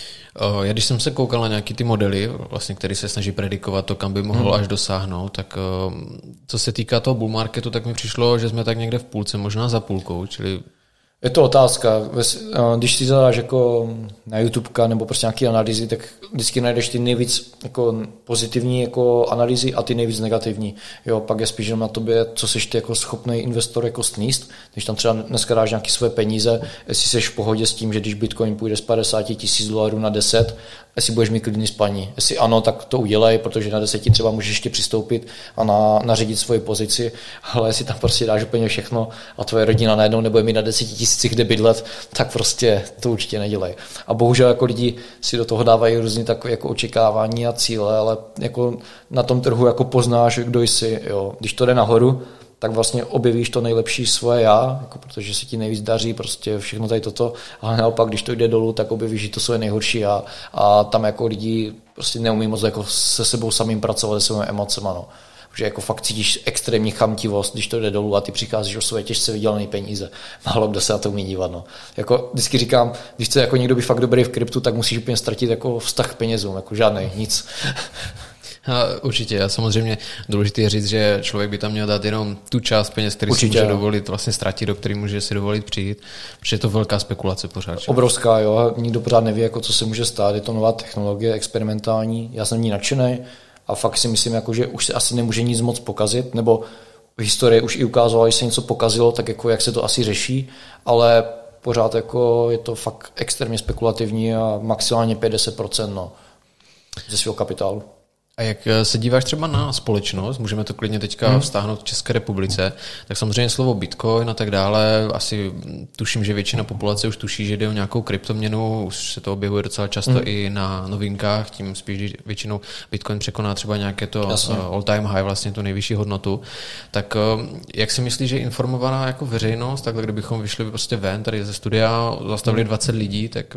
Já když jsem se koukal na nějaký ty modely, vlastně, které se snaží predikovat to, kam by mohl hmm. až dosáhnout, tak co se týká toho bull marketu, tak mi přišlo, že jsme tak někde v půlce, možná za půlkou, čili... Je to otázka. Když si zadáš jako na YouTubeka nebo prostě nějaké analýzy, tak vždycky najdeš ty nejvíc jako pozitivní jako analýzy a ty nejvíc negativní. Jo, pak je spíš na tobě, co jsi ty jako schopný investor jako sníst. Když tam třeba dneska dáš nějaké své peníze, jestli jsi v pohodě s tím, že když Bitcoin půjde z padesát tisíc dolarů na deset, jestli budeš mít klidný spaní. Jestli ano, tak to udělej, protože na deseti třeba můžeš ještě přistoupit a na, nařídit svoji pozici, ale jestli tam prostě dáš úplně všechno a tvoje rodina najednou nebude mít na deseti tisících kde bydlet, tak prostě to určitě nedělej. A bohužel jako lidi si do toho dávají různý takové jako očekávání a cíle, ale jako na tom trhu jako poznáš, kdo jsi. Jo. Když to jde nahoru, tak vlastně objevíš to nejlepší svoje já, jako protože se ti nejvíc daří, prostě všechno tady toto, ale naopak, když to jde dolů, tak objevíš to svoje nejhorší já a tam jako lidi prostě neumí moc jako se sebou samým pracovat, se svými emocema, no. Že jako fakt cítíš extrémní chamtivost, když to jde dolů a ty přicházíš o své těžce vydělané peníze. Málo kdo se na to umí dívat, no. Jako vždycky říkám, když chce jako někdo být fakt dobrý v kryptu, tak musíš úplně ztratit jako vztah k penězům, jako žádnej, nic. A určitě, a samozřejmě důležité je říct, že člověk by tam měl dát jenom tu část peněz, který určitě, si může dovolit vlastně ztratit, do který může si dovolit přijít, protože je to velká spekulace pořád. Čo? Obrovská, jo, nikdo pořád neví, jako co se může stát, je to nová technologie, experimentální, já jsem ní nadšenej a fakt si myslím, jako, že už se asi nemůže nic moc pokazit, nebo v historii už i ukázalo, že se něco pokazilo, tak jako jak se to asi řeší, ale pořád jako je to fakt extrémně spekulativní a maximálně pět až deset procent no, ze svého kapitálu. A jak se díváš třeba na společnost, můžeme to klidně teďka hmm. vztáhnout v České republice, tak samozřejmě slovo Bitcoin a tak dále, asi tuším, že většina populace už tuší, že jde o nějakou kryptoměnu, už se to objevuje docela často hmm. i na novinkách, tím spíš, když většinou Bitcoin překoná třeba nějaké to Jasně. all time high, vlastně tu nejvyšší hodnotu. Tak jak si myslíš, že informovaná jako veřejnost, takhle kdybychom vyšli prostě ven, tady ze studia, zastavili hmm. dvacet lidí, tak...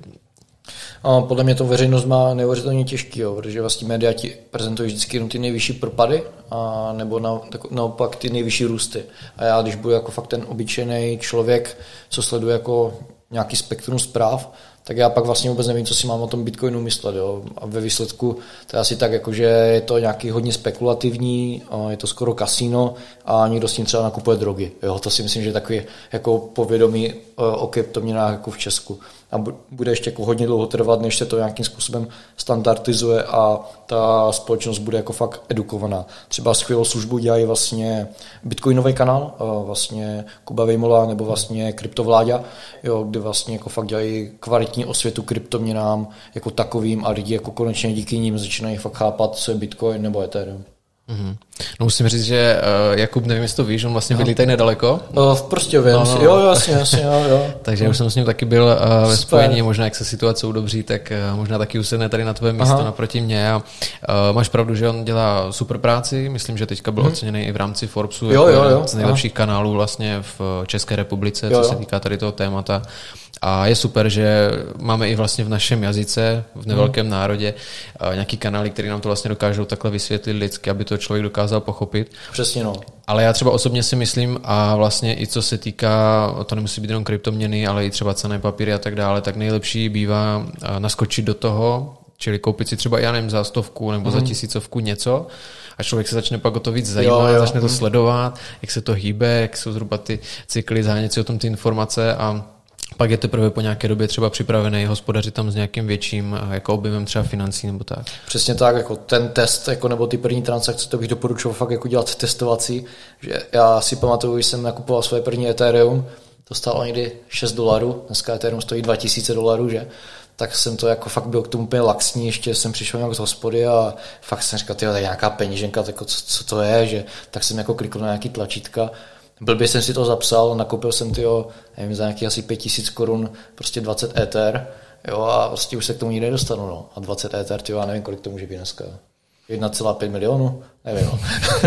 A podle mě to veřejnost má neuvěřitelně těžký, jo, protože vlastně média ti prezentují vždycky jenom ty nejvyšší propady a nebo na, tak, naopak ty nejvyšší růsty. A já, když budu jako fakt ten obyčejný člověk, co sleduje jako nějaký spektrum zpráv, tak já pak vlastně vůbec nevím, co si mám o tom Bitcoinu myslet. Jo. A ve výsledku to je asi tak, jako, že je to nějaký hodně spekulativní, je to skoro kasino a někdo s tím třeba nakupuje drogy. Jo. To si myslím, že je takový jako povědomí o kryptoměnách jako v Česku. A bude ještě jako hodně dlouho trvat, než se to nějakým způsobem standardizuje a ta společnost bude jako fakt edukovaná. Třeba skvělou službu dělají vlastně Bitcoinový kanál, vlastně Kuba Vejmola nebo vlastně Kryptovláďa, jo, kde vlastně jako fakt dělají kvalitní osvětu kryptoměnám jako takovým a lidi jako konečně díky nim začínají fakt chápat, co je Bitcoin nebo Ethereum. Mm-hmm. No musím říct, že uh, Jakub, nevím, jestli to víš, on vlastně bydlí tady nedaleko. Uh, v Prostějově, no, no, jo, jasně, jasně, jo, jo. Takže už jsem s ním taky byl uh, ve spojení, možná jak se situace udobří, tak uh, možná taky usedne tady na tvoje místo Aha. naproti mě. A uh, máš pravdu, že on dělá super práci, myslím, že teďka byl hmm. oceněný i v rámci Forbesu jo, jako jo, jo. z nejlepších Aha. kanálů vlastně v České republice, jo, co jo. se týká tady toho témata. A je super, že máme i vlastně v našem jazyce, v nevelkém hmm. národě, nějaký kanály, které nám to vlastně dokážou takhle vysvětlit lidsky, aby to člověk dokázal pochopit. Přesně no. Ale já třeba osobně si myslím, a vlastně i co se týká, to nemusí být jenom kryptoměny, ale i třeba cenné papíry a tak dále, tak nejlepší bývá naskočit do toho, čili koupit si třeba, já nevím, za stovku nebo hmm. za tisícovku něco, a člověk se začne pak o to víc zajímat, jo, jo. začne to hmm. sledovat, jak se to hýbe, jak jsou zhruba ty cykly, zánět si o tom ty informace a pak je teprve po nějaké době třeba připravený hospodařit tam s nějakým větším jako objemem třeba financí nebo tak. Přesně tak, jako ten test jako nebo ty první transakce, to bych doporučoval fakt jako dělat testovací, že já si pamatuju, když jsem nakupoval svoje první Ethereum, to stálo někdy šest dolarů, dneska Ethereum stojí dva tisíce dolarů, že? Tak jsem to jako fakt byl k tomu úplně laxní, ještě jsem přišel nějak z hospody a fakt jsem říkal, tyjo, to je nějaká peníženka, tak co, co to je, že? Tak jsem jako klikl na nějaký tlačítka. Blbě jsem si to zapsal, nakoupil jsem tyjo, nevím, za nějaký asi pět tisíc korun, prostě dvacet Ether, jo, a prostě už se k tomu nikdy nedostanu, no. A dvacet Ether, tyjo, já nevím, kolik to může být dneska. jedna celá pět milionu? Nevím, no.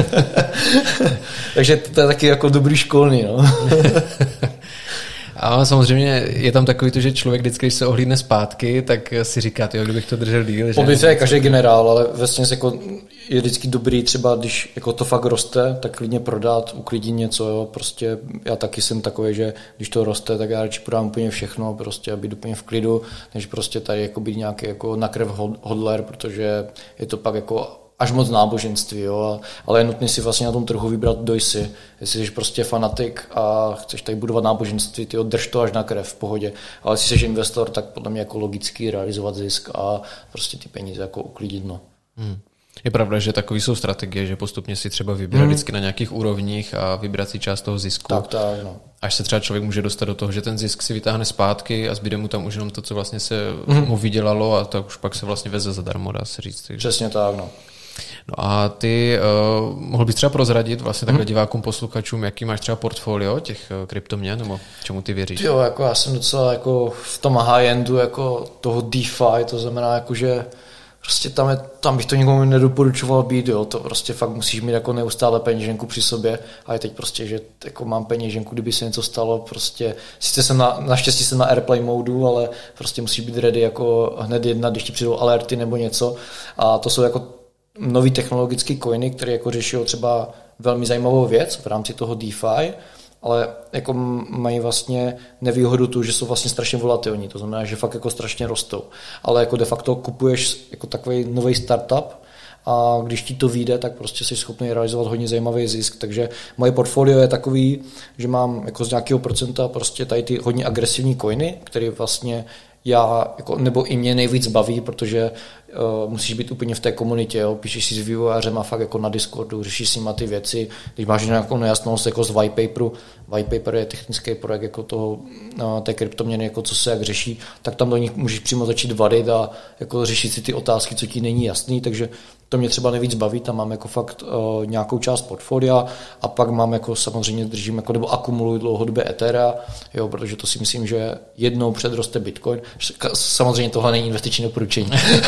Takže to je taky jako dobrý školný, no. A samozřejmě je tam takový to, že člověk vždycky, když se ohlídne zpátky, tak si říká, tyjo, kdybych to držel díl. Obyce je každý generál, ale vlastně jako je vždycky dobrý třeba, když jako to fakt roste, tak klidně prodat, uklidit něco, jo, prostě já taky jsem takový, že když to roste, tak já radši prodám úplně všechno, prostě aby být úplně v klidu, než prostě tady jako být nějaký jako na krev hodler, protože je to pak jako až moc náboženství, jo, ale je nutné si vlastně na tom trhu vybrat, kdo jsi. Jestli jsi prostě fanatik a chceš tady budovat náboženství, ty drž to až na krev v pohodě, ale jestli jsi investor, tak podle mě jako logicky realizovat zisk a prostě ty peníze jako uklidit, no. Hmm. Je pravda, že takový jsou strategie, že postupně si třeba vybírat hmm. vždycky na nějakých úrovních a vybrat si část toho zisku. Tak, tak, no. Až se třeba člověk může dostat do toho, že ten zisk si vytáhne zpátky a zbyde mu tam už jenom to, co vlastně se hmm. mu vydělalo a to už pak se vlastně veze zadarmo, dá se říct. Přesně tak, no. No a ty uh, mohl bys třeba prozradit vlastně takhle hmm. divákům, posluchačům, jaký máš třeba portfolio těch uh, kryptoměn, nebo čemu ty věříš? Jo, jako já jsem docela jako v tom high-endu jako toho DeFi, to znamená jako, že prostě tam, je, tam bych to nikomu nedoporučoval být, jo, to prostě fakt musíš mít jako neustále peněženku při sobě a je teď prostě, že jako mám peněženku, kdyby se něco stalo, prostě, sice jsem na, naštěstí jsem na Airplay modu, ale prostě musíš být ready jako hned jednat, když ti přijdou alerty nebo něco a to jsou jako nový technologický coiny, které jako řeší třeba velmi zajímavou věc v rámci toho DeFi, ale jako mají vlastně nevýhodu tu, že jsou vlastně strašně volatilní, to znamená, že fakt jako strašně rostou. Ale jako de facto kupuješ jako takový nový startup a když ti to vyjde, tak prostě jsi schopný realizovat hodně zajímavý zisk. Takže moje portfolio je takový, že mám jako z nějakého procenta prostě tady ty hodně agresivní coiny, které vlastně já, jako, nebo i mě nejvíc baví, protože uh, musíš být úplně v té komunitě, jo? Píšeš si s vývojářem a fakt jako na Discordu, řešíš s nima ty věci, když máš nějakou nejasnost jako z white paperu, white paper je technický projekt jako toho, uh, té kryptoměny, jako co se jak řeší, tak tam do nich můžeš přímo začít vadit a jako řešit si ty otázky, co ti není jasný, takže to mě třeba nejvíc baví, tam mám jako fakt uh, nějakou část portfolia a pak mám jako samozřejmě držím jako nebo akumuluji dlouhodobě Ethera, jo, protože to si myslím, že jednou předroste Bitcoin. Samozřejmě tohle není investiční doporučení.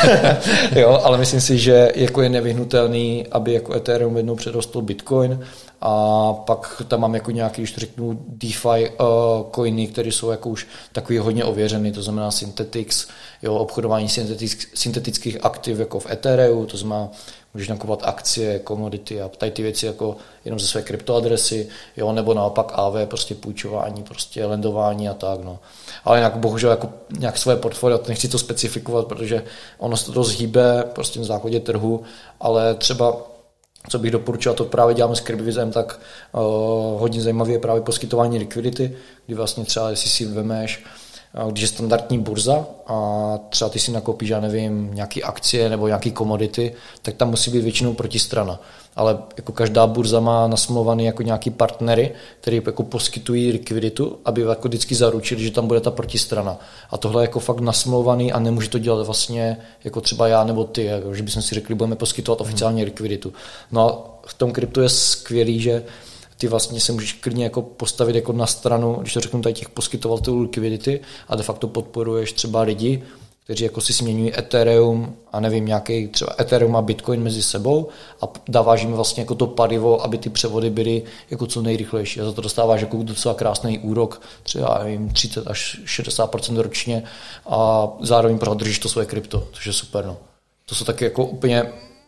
Jo, ale myslím si, že jako je nevyhnutelný, aby jako Ethereum jednou předrostl Bitcoin a pak tam mám jako nějaký, když to řeknu, DeFi uh, coiny, které jsou jako už takový hodně ověřený, to znamená Synthetix, jo, obchodování syntetick, syntetických aktiv jako v Ethereu, to znamená, můžeš nakupovat akcie, komodity a tady ty věci jako jenom ze své kryptoadresy, jo, nebo naopak A V, prostě půjčování, prostě lendování a tak, no. Ale jinak bohužel jako nějak své portfolio, nechci to specifikovat, protože ono se to dost hýbe prostě na základě trhu, ale třeba co bych doporučil, to právě děláme s Cryptvizem, tak uh, hodně zajímavé je právě poskytování likvidity, kdy vlastně třeba, jestli si vemeš, uh, když je standardní burza a třeba ty si nakoupíš, já nevím, nějaký akcie nebo nějaký komodity, tak tam musí být většinou protistrana. Ale jako každá burza má nasmluvaný jako nějaký partnery, který jako poskytují likviditu, aby jako vždycky zaručili, že tam bude ta protistrana. A tohle je jako fakt nasmluvaný a nemůže to dělat vlastně jako třeba já nebo ty, jako, že bychom si řekli, budeme poskytovat oficiálně likviditu. No a v tom kryptu je skvělý, že ty vlastně se můžeš klidně jako postavit jako na stranu, když to řeknu tady těch poskytovatelů likvidity a de facto podporuješ třeba lidi, kteří jako si směňují Ethereum a nevím, nějaký třeba Ethereum a Bitcoin mezi sebou a dáváš jim vlastně jako to palivo, aby ty převody byly jako co nejrychlejší. A za to dostáváš jako docela krásný úrok, třeba nevím, třicet až šedesát procent ročně a zároveň pořád držíš to svoje krypto, což je super. No. To jsou taky jako úplně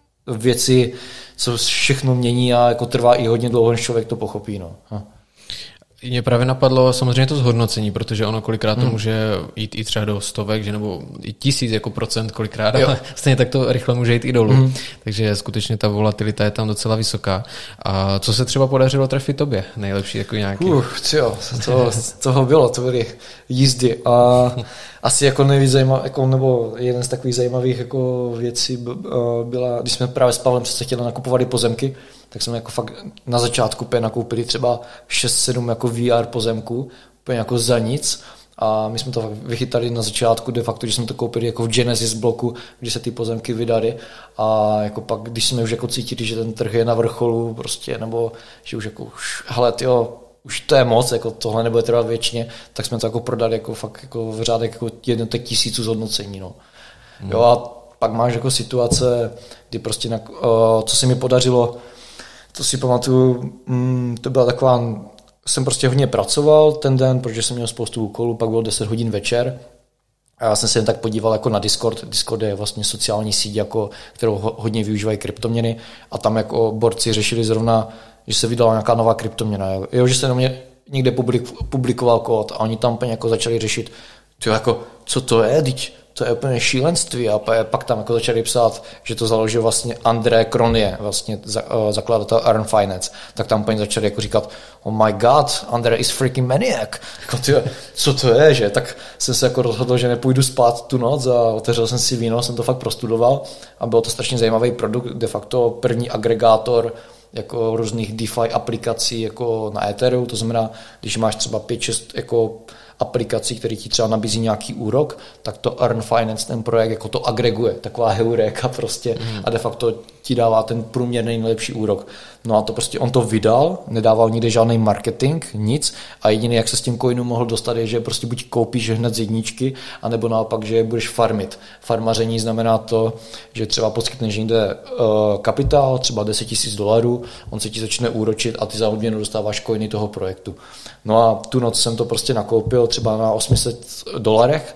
věci, co všechno mění a jako trvá i hodně dlouho, než člověk to pochopí. No. Hm. Mě právě napadlo samozřejmě to zhodnocení, protože ono kolikrát to hmm. může jít i třeba do stovek, že nebo i tisíc jako procent kolikrát, jo. Ale stejně tak to rychle může jít i dolů. Hmm. Takže skutečně ta volatilita je tam docela vysoká. A co se třeba podařilo trefit tobě? Nejlepší jako nějaký? Uh, jo, to, toho bylo, to byly jízdy. A asi jako nejvíc zajímavý, jako, nebo jeden z takových zajímavých jako věcí byla, když jsme právě s Pavlem přece chtěli nakupovat i pozemky, tak jsme jako fakt na začátku nakoupili třeba šest sedm jako V R pozemků, úplně jako za nic. A my jsme to vychytali na začátku de facto, že jsme to koupili jako v Genesis bloku, kde se ty pozemky vydaly. A jako pak, když jsme už jako cítili, že ten trh je na vrcholu, prostě, nebo že už jako už, hele, tyjo, už to je moc, jako tohle nebude trvat věčně, tak jsme to jako prodali jako fakt jako v řádek jako jednotek tisíců zhodnocení. No. Hmm. Jo, a pak máš jako situace, kdy prostě, na, o, co se mi podařilo, to si pamatuju, mm, to byla taková, jsem prostě hodně pracoval ten den, protože jsem měl spoustu úkolů, pak bylo deset hodin večer a já jsem se jen tak podíval jako na Discord. Discord je vlastně sociální síť, jako, kterou hodně využívají kryptoměny a tam jako borci řešili zrovna, že se vydala nějaká nová kryptoměna. Jo, že se na mě někde publikoval kód a oni tam úplně jako začali řešit, to jako, co to je, teď to je úplně šílenství a pak tam jako začali psát, že to založil vlastně André Cronje, vlastně zakladatel Earn Finance, tak tam úplně začali jako říkat, oh my god, André is freaking maniac, jako tyjo, co to je, že? Tak jsem se jako rozhodl, že nepůjdu spát tu noc a otevřel jsem si víno, jsem to fakt prostudoval a bylo to strašně zajímavý produkt, de facto první agregátor jako různých DeFi aplikací jako na Ethereum, to znamená, když máš třeba pět šest jako aplikací, které ti třeba nabízí nějaký úrok, tak to Earn Finance, ten projekt, jako to agreguje, taková heuréka prostě mm. a de facto ti dává ten průměrný nejlepší úrok. No a to prostě on to vydal, nedával nikde žádný marketing, nic a jediný, jak se s tím coinu mohl dostat, je, že prostě buď koupíš hned z jedničky, anebo naopak, že budeš farmit. Farmaření znamená to, že třeba poskytneš někde uh, kapitál, třeba deset tisíc dolarů, on se ti začne úročit a ty za odměnu dostáváš coiny toho projektu. No a tu noc jsem to prostě nakoupil třeba na osm set dolarech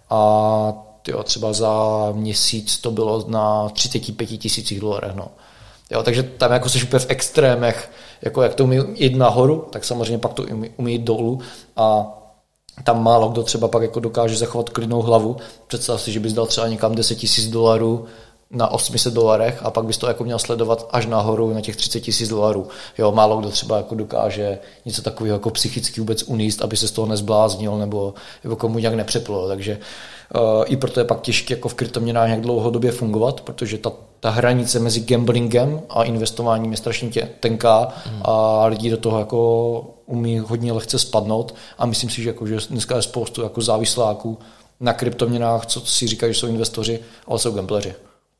a tyjo, třeba za měsíc to bylo na třicet pět tisících dolarech. No. Jo, takže tam jako jsi úplně v extrémech, jako jak to umí jít nahoru, tak samozřejmě pak to umí, umí jít dolů a tam málo kdo třeba pak jako dokáže zachovat klidnou hlavu. Představ si, že bys dal třeba někam deset tisíc dolarů na osm set dolarech a pak bys to jako měl sledovat až nahoru na těch třicet tisíc dolarů. Jo, málo kdo třeba jako dokáže něco takového jako psychicky vůbec uníst, aby se z toho nezbláznil nebo jako komu nějak nepřeplo. Takže uh, i proto je pak těžké jako v kryptoměnách nějak dlouhodobě fungovat, protože ta, ta hranice mezi gamblingem a investováním je strašně tě, tenká hmm. a lidi do toho jako umí hodně lehce spadnout a myslím si, že, jako, že dneska je spoustu jako závisláků na kryptoměnách, co si říkají, že jsou investoři, ale jsou gambleři.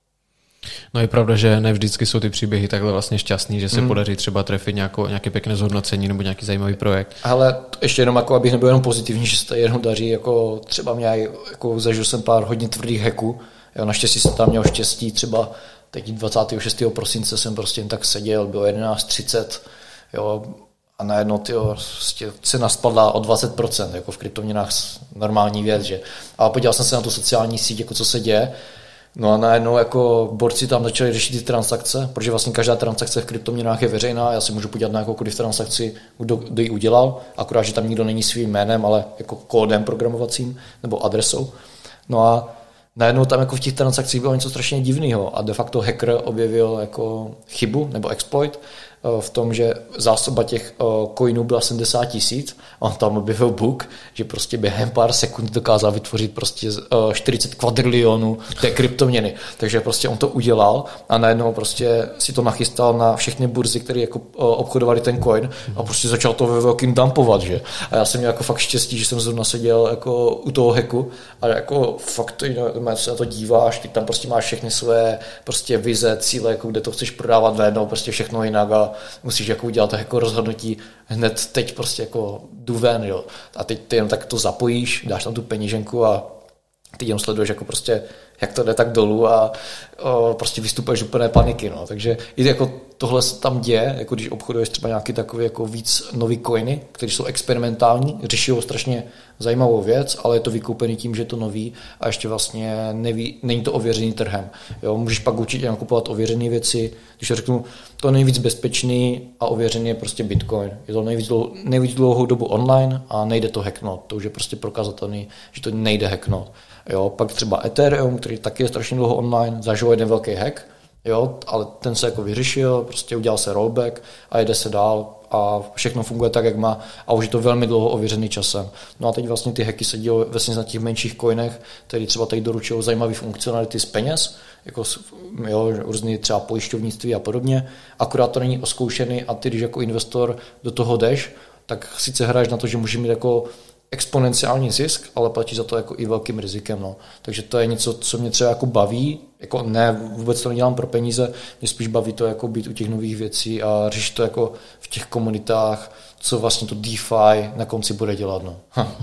No je pravda, že ne vždycky jsou ty příběhy takhle vlastně šťastný, že se mm. podaří třeba trefit nějakou, nějaké pěkné zhodnocení nebo nějaký zajímavý projekt. Ale ještě jenom, jako, abych nebyl jenom pozitivní, že se to jenom daří, jako třeba mě, jako zažil jsem pár hodně tvrdých hacků, jo, naštěstí jsem tam měl štěstí, třeba teď dvacátého šestého prosince jsem prostě jen tak seděl, bylo jedenáct třicet, jo, a najednou tyjo, prostě cena spadla o dvacet procent, jako v kryptoměnách normální věc, že. A podíval jsem se na tu sociální síť, jako co se děje. No a najednou jako borci tam začali řešit ty transakce, protože vlastně každá transakce v kryptoměnách je veřejná, já si můžu podívat na jakoukoliv transakci, kdo, kdo ji udělal, akorát, že tam nikdo není svým jménem, ale jako kódem programovacím nebo adresou. No a najednou tam jako v těch transakcích bylo něco strašně divného a de facto hacker objevil jako chybu nebo exploit v tom, že zásoba těch coinů byla sedmdesát tisíc a on tam objevil bug, že prostě během pár sekund dokázal vytvořit prostě čtyřicet kvadrilionů té kryptoměny. Takže prostě on to udělal a najednou prostě si to nachystal na všechny burzy, které jako obchodovali ten coin a prostě začal to ve velkým dumpovat, že? A já jsem měl jako fakt štěstí, že jsem zrovna seděl jako u toho hacku a jako fakt se na to díváš, ty tam prostě máš všechny své prostě vize, cíle, jako kde to chceš prodávat najednou, prostě všechno jinak a musíš jako udělat jako rozhodnutí hned teď prostě jako jdu ven, jo. A teď ty jenom tak to zapojíš, dáš tam tu peněženku a ty jenom sleduješ jako prostě, jak to jde tak dolů a o, prostě vystupuješ úplné paniky, no. Takže i jako tohle se tam děje, jako když obchoduješ třeba nějaký takový jako víc nový coiny, které jsou experimentální, řeší strašně zajímavou věc, ale je to vykoupený tím, že je to nový a ještě vlastně neví, není to ověřený trhem. Jo, můžeš pak určitě nakupovat ověřené věci, když řeknu, to nejvíc bezpečný a ověřený je prostě Bitcoin. Je to nejvíc, dlouho, nejvíc dlouhou dobu online a nejde to hacknout. To už je prostě prokazatelný, že to nejde hacknout. Jo, pak třeba Ethereum, který taky je strašně dlouho online, zažil jeden velký hack, jo, ale ten se jako vyřešil, prostě udělal se rollback a jede se dál a všechno funguje tak, jak má a už je to velmi dlouho ověřený časem. No a teď vlastně ty hacky se dělou vlastně na těch menších coinech, které třeba tady doručují zajímavé funkcionality z peněz, jako jo, různý třeba pojišťovnictví a podobně, akorát to není oskoušený a ty, když jako investor do toho jdeš, tak sice hraješ na to, že může mít jako exponenciální zisk, ale platí za to jako i velkým rizikem. No. Takže to je něco, co mě třeba jako baví. Jako ne, vůbec to nedělám pro peníze, mě spíš baví to jako být u těch nových věcí a řešit to jako v těch komunitách, co vlastně to DeFi na konci bude dělat. No.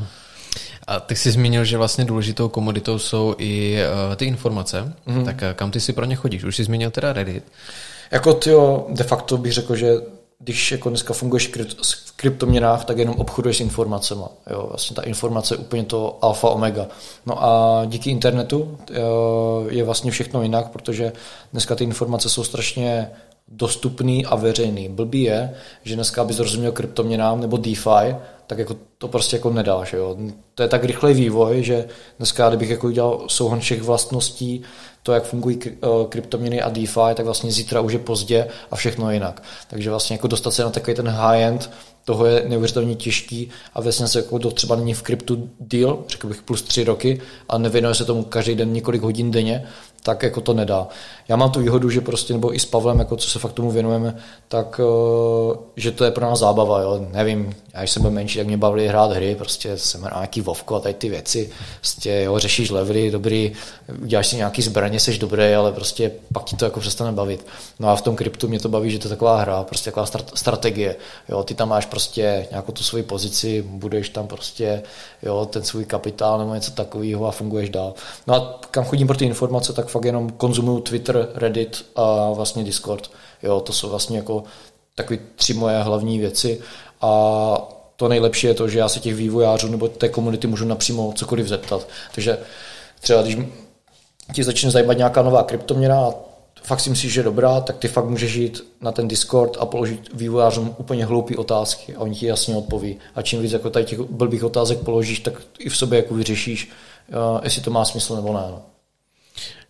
A ty jsi zmínil, že vlastně důležitou komoditou jsou i uh, ty informace. Mm-hmm. Tak uh, kam ty si pro ně chodíš? Už jsi zmínil teda Reddit. Jako tyjo, de facto bych řekl, že když jako dneska funguješ v kryptoměnách, tak jenom obchoduješ s informacemi. Jo, vlastně ta informace je úplně to alfa omega. No a díky internetu je vlastně všechno jinak, protože dneska ty informace jsou strašně dostupný a veřejný. Blbý je, že dneska, abys rozuměl kryptoměnám nebo DeFi, tak jako to prostě jako nedáš. Jo. To je tak rychlej vývoj, že dneska, kdybych jako udělal souhrn všech vlastností, to, jak fungují kryptoměny a DeFi, tak vlastně zítra už je pozdě a všechno jinak. Takže vlastně jako dostat se na takový ten high-end, toho je neuvěřitelně těžký a vlastně se jako to třeba není v kryptu deal, řekl bych plus tři roky a nevěnuje se tomu každý den několik hodin denně, tak jako to nedá. Já mám tu výhodu, že prostě, nebo i s Pavlem, jako co se fakt tomu věnujeme, tak že to je pro nás zábava, jo. Nevím, já když jsem byl menší, tak mě bavili hrát hry, prostě jsem hrál nějaký Vovko a tady ty věci, prostě jo, řešíš levely, dobrý, uděláš si nějaký zbraně, seš dobrý, ale prostě pak ti to jako přestane bavit. No a v tom kryptu mě to baví, že to je taková hra, prostě taková strategie, jo, ty tam máš prostě nějakou tu svoji pozici, budeš tam prostě, jo, ten svůj kapitál nebo něco takového a funguješ dál. No a kam chodím pro ty informace, tak fakt jenom konzumuju Twitter, Reddit a vlastně Discord. Jo, to jsou vlastně jako takové tři moje hlavní věci a to nejlepší je to, že já se těch vývojářů nebo té komunity můžu napřímo cokoliv zeptat. Takže třeba když ti začne zajímat nějaká nová kryptoměna a fakt si myslíš, že je dobrá, tak ty fakt můžeš jít na ten Discord a položit vývojářům úplně hloupé otázky a oni ti jasně odpoví. A čím víc jako tady těch blbých otázek položíš, tak i v sobě jako vyřešíš, jestli to má smysl nebo ne. No.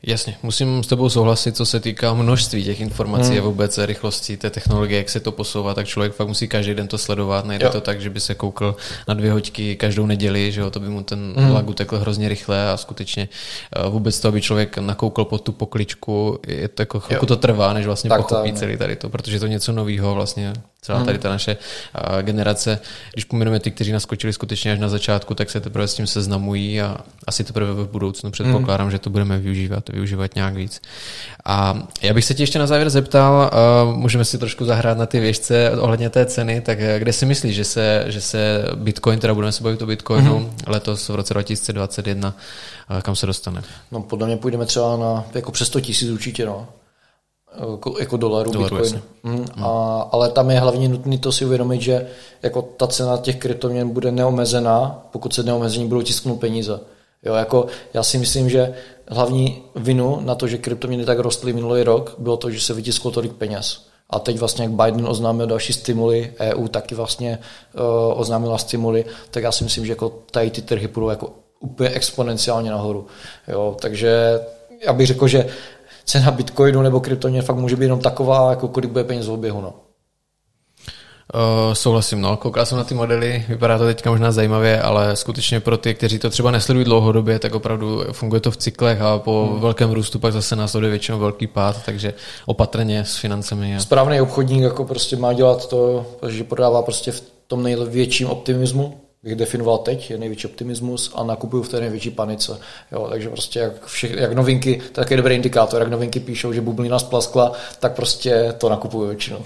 Jasně, musím s tebou souhlasit, co se týká množství těch informací hmm. a vůbec rychlosti té technologie, jak se to posouvá, tak člověk fakt musí každý den to sledovat, nejde jo. to tak, že by se koukal na dvě hoďky každou neděli, že jo, to by mu ten hmm. lag utekl hrozně rychle a skutečně vůbec to, aby člověk nakoukal pod tu pokličku, je to jako chvilku to trvá, než vlastně tak, pochopí tak, celý tady to, protože je to něco nového vlastně. Celá tady ta naše uh, generace, když pomineme ty, kteří naskočili skutečně až na začátku, tak se teprve s tím seznamují a asi teprve v budoucnu předpokládám, mm. že to budeme využívat, využívat nějak víc. A já bych se ti ještě na závěr zeptal, uh, můžeme si trošku zahrát na ty věžce ohledně té ceny, tak kde si myslíš, že se, že se Bitcoin, teda budeme se bavit o Bitcoinu, mm. letos v roce dva tisíce dvacet jedna, uh, kam se dostane? No podle mě půjdeme třeba na jako přes sto tisíc určitě, no. Jako, jako dolarů, dolarů Bitcoin. Mm, a, ale tam je hlavně nutné to si uvědomit, že jako ta cena těch kryptoměn bude neomezená, pokud se neomezení budou tisknout peníze. Jo, jako já si myslím, že hlavní vinu na to, že kryptoměny tak rostly minulý rok, bylo to, že se vytisklo tolik peněz. A teď vlastně, jak Biden oznámil další stimuly, E U taky vlastně uh, oznámila stimuly, tak já si myslím, že jako tady ty trhy půjdou jako úplně exponenciálně nahoru. Jo, takže já bych řekl, že cena Bitcoinu nebo kryptoměn fakt může být jenom taková, jako kolik bude peněz v oběhu. No. Uh, souhlasím, no. Koukal jsem na ty modely, vypadá to teďka možná zajímavě, ale skutečně pro ty, kteří to třeba nesledují dlouhodobě, tak opravdu funguje to v cyklech a po hmm. velkém růstu pak zase následuje většinou velký pád, takže opatrně s financemi. A... Správný obchodník jako prostě má dělat to, že prodává prostě v tom největším optimismu, bych definoval teď, je největší optimismus a nakupuju v té největší panice. Jo, takže prostě jak, vše, jak novinky, to je takový dobrý indikátor, jak novinky píšou, že bublina splaskla, tak prostě to nakupuju většinou.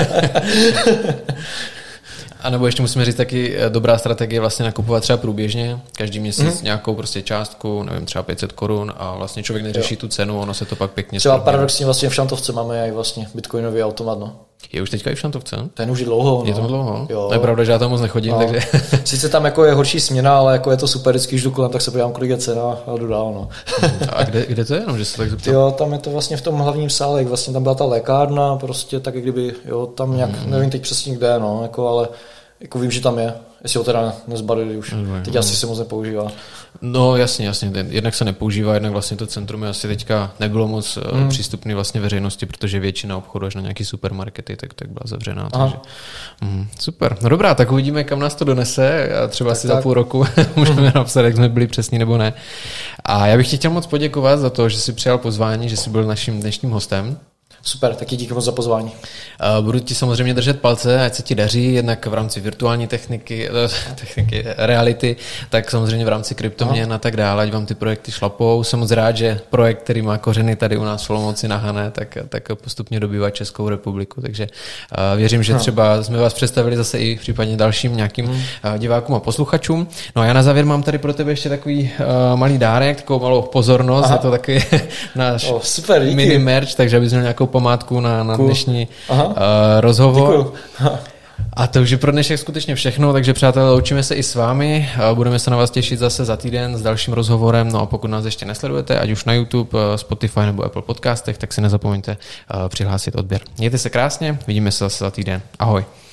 A nebo ještě musíme říct taky dobrá strategie vlastně nakupovat třeba průběžně, každý měsíc mm. nějakou prostě částku, nevím, třeba pět set korun a vlastně člověk neřeší jo. tu cenu, ono se to pak pěkně třeba paradoxně vlastně v Šantovce máme i vlastně bitcoinový automat, no. Je už teďka i v Šantovce? Ten už je dlouho. Je no. to dlouho? Jo. To je pravda, že já tam moc nechodím, no. takže... Sice tam jako je horší směna, ale jako je to super, vždycky, když jdu kolem, tak se podívám, kolik je cena a jdu dál, no. A kde, kde to je, no, že se tak zeptám? Jo, tam je to vlastně v tom hlavním sále, jak vlastně tam byla ta lékárna, prostě tak, jak kdyby, jo, tam nějak, mm. nevím teď přesně kde, no, jako, ale jako vím, že tam je, jestli ho teda nezbalili už, mm. teď asi se moc nepoužívá. No jasně, jasně, jednak se nepoužívá, jednak vlastně to centrum je asi teďka nebylo moc mm. přístupný vlastně veřejnosti, protože většina obchodu až na nějaký supermarkety, tak, tak byla zavřená. Takže, mm, super, no dobrá, tak uvidíme, kam nás to donese a třeba tak, asi tak. za půl roku můžeme napsat, jak jsme byli přesní nebo ne. A já bych ti chtěl moc poděkovat za to, že jsi přijal pozvání, že jsi byl naším dnešním hostem. Super, taky díky moc za pozvání. Budu ti samozřejmě držet palce, ať se ti daří, jednak v rámci virtuální techniky, techniky reality, tak samozřejmě v rámci kryptoměn a tak dále, ať vám ty projekty šlapou. Jsem moc rád, že projekt, který má kořeny tady u nás v Olomouci na Hané, tak, tak postupně dobývá Českou republiku. Takže věřím, že třeba jsme vás představili zase i případně dalším nějakým hmm. divákům a posluchačům. No a já na závěr mám tady pro tebe ještě takový malý dárek, takovou malou pozornost, Aha. je to takový náš oh, super, mini merch, takže abys měl nějakou památku na, na cool. dnešní uh, rozhovor. A to už je pro dnešek skutečně všechno, takže přátelé, loučíme se i s vámi. Budeme se na vás těšit zase za týden s dalším rozhovorem. No a pokud nás ještě nesledujete, ať už na YouTube, Spotify nebo Apple Podcastech, tak si nezapomeňte přihlásit odběr. Mějte se krásně, vidíme se zase za týden. Ahoj.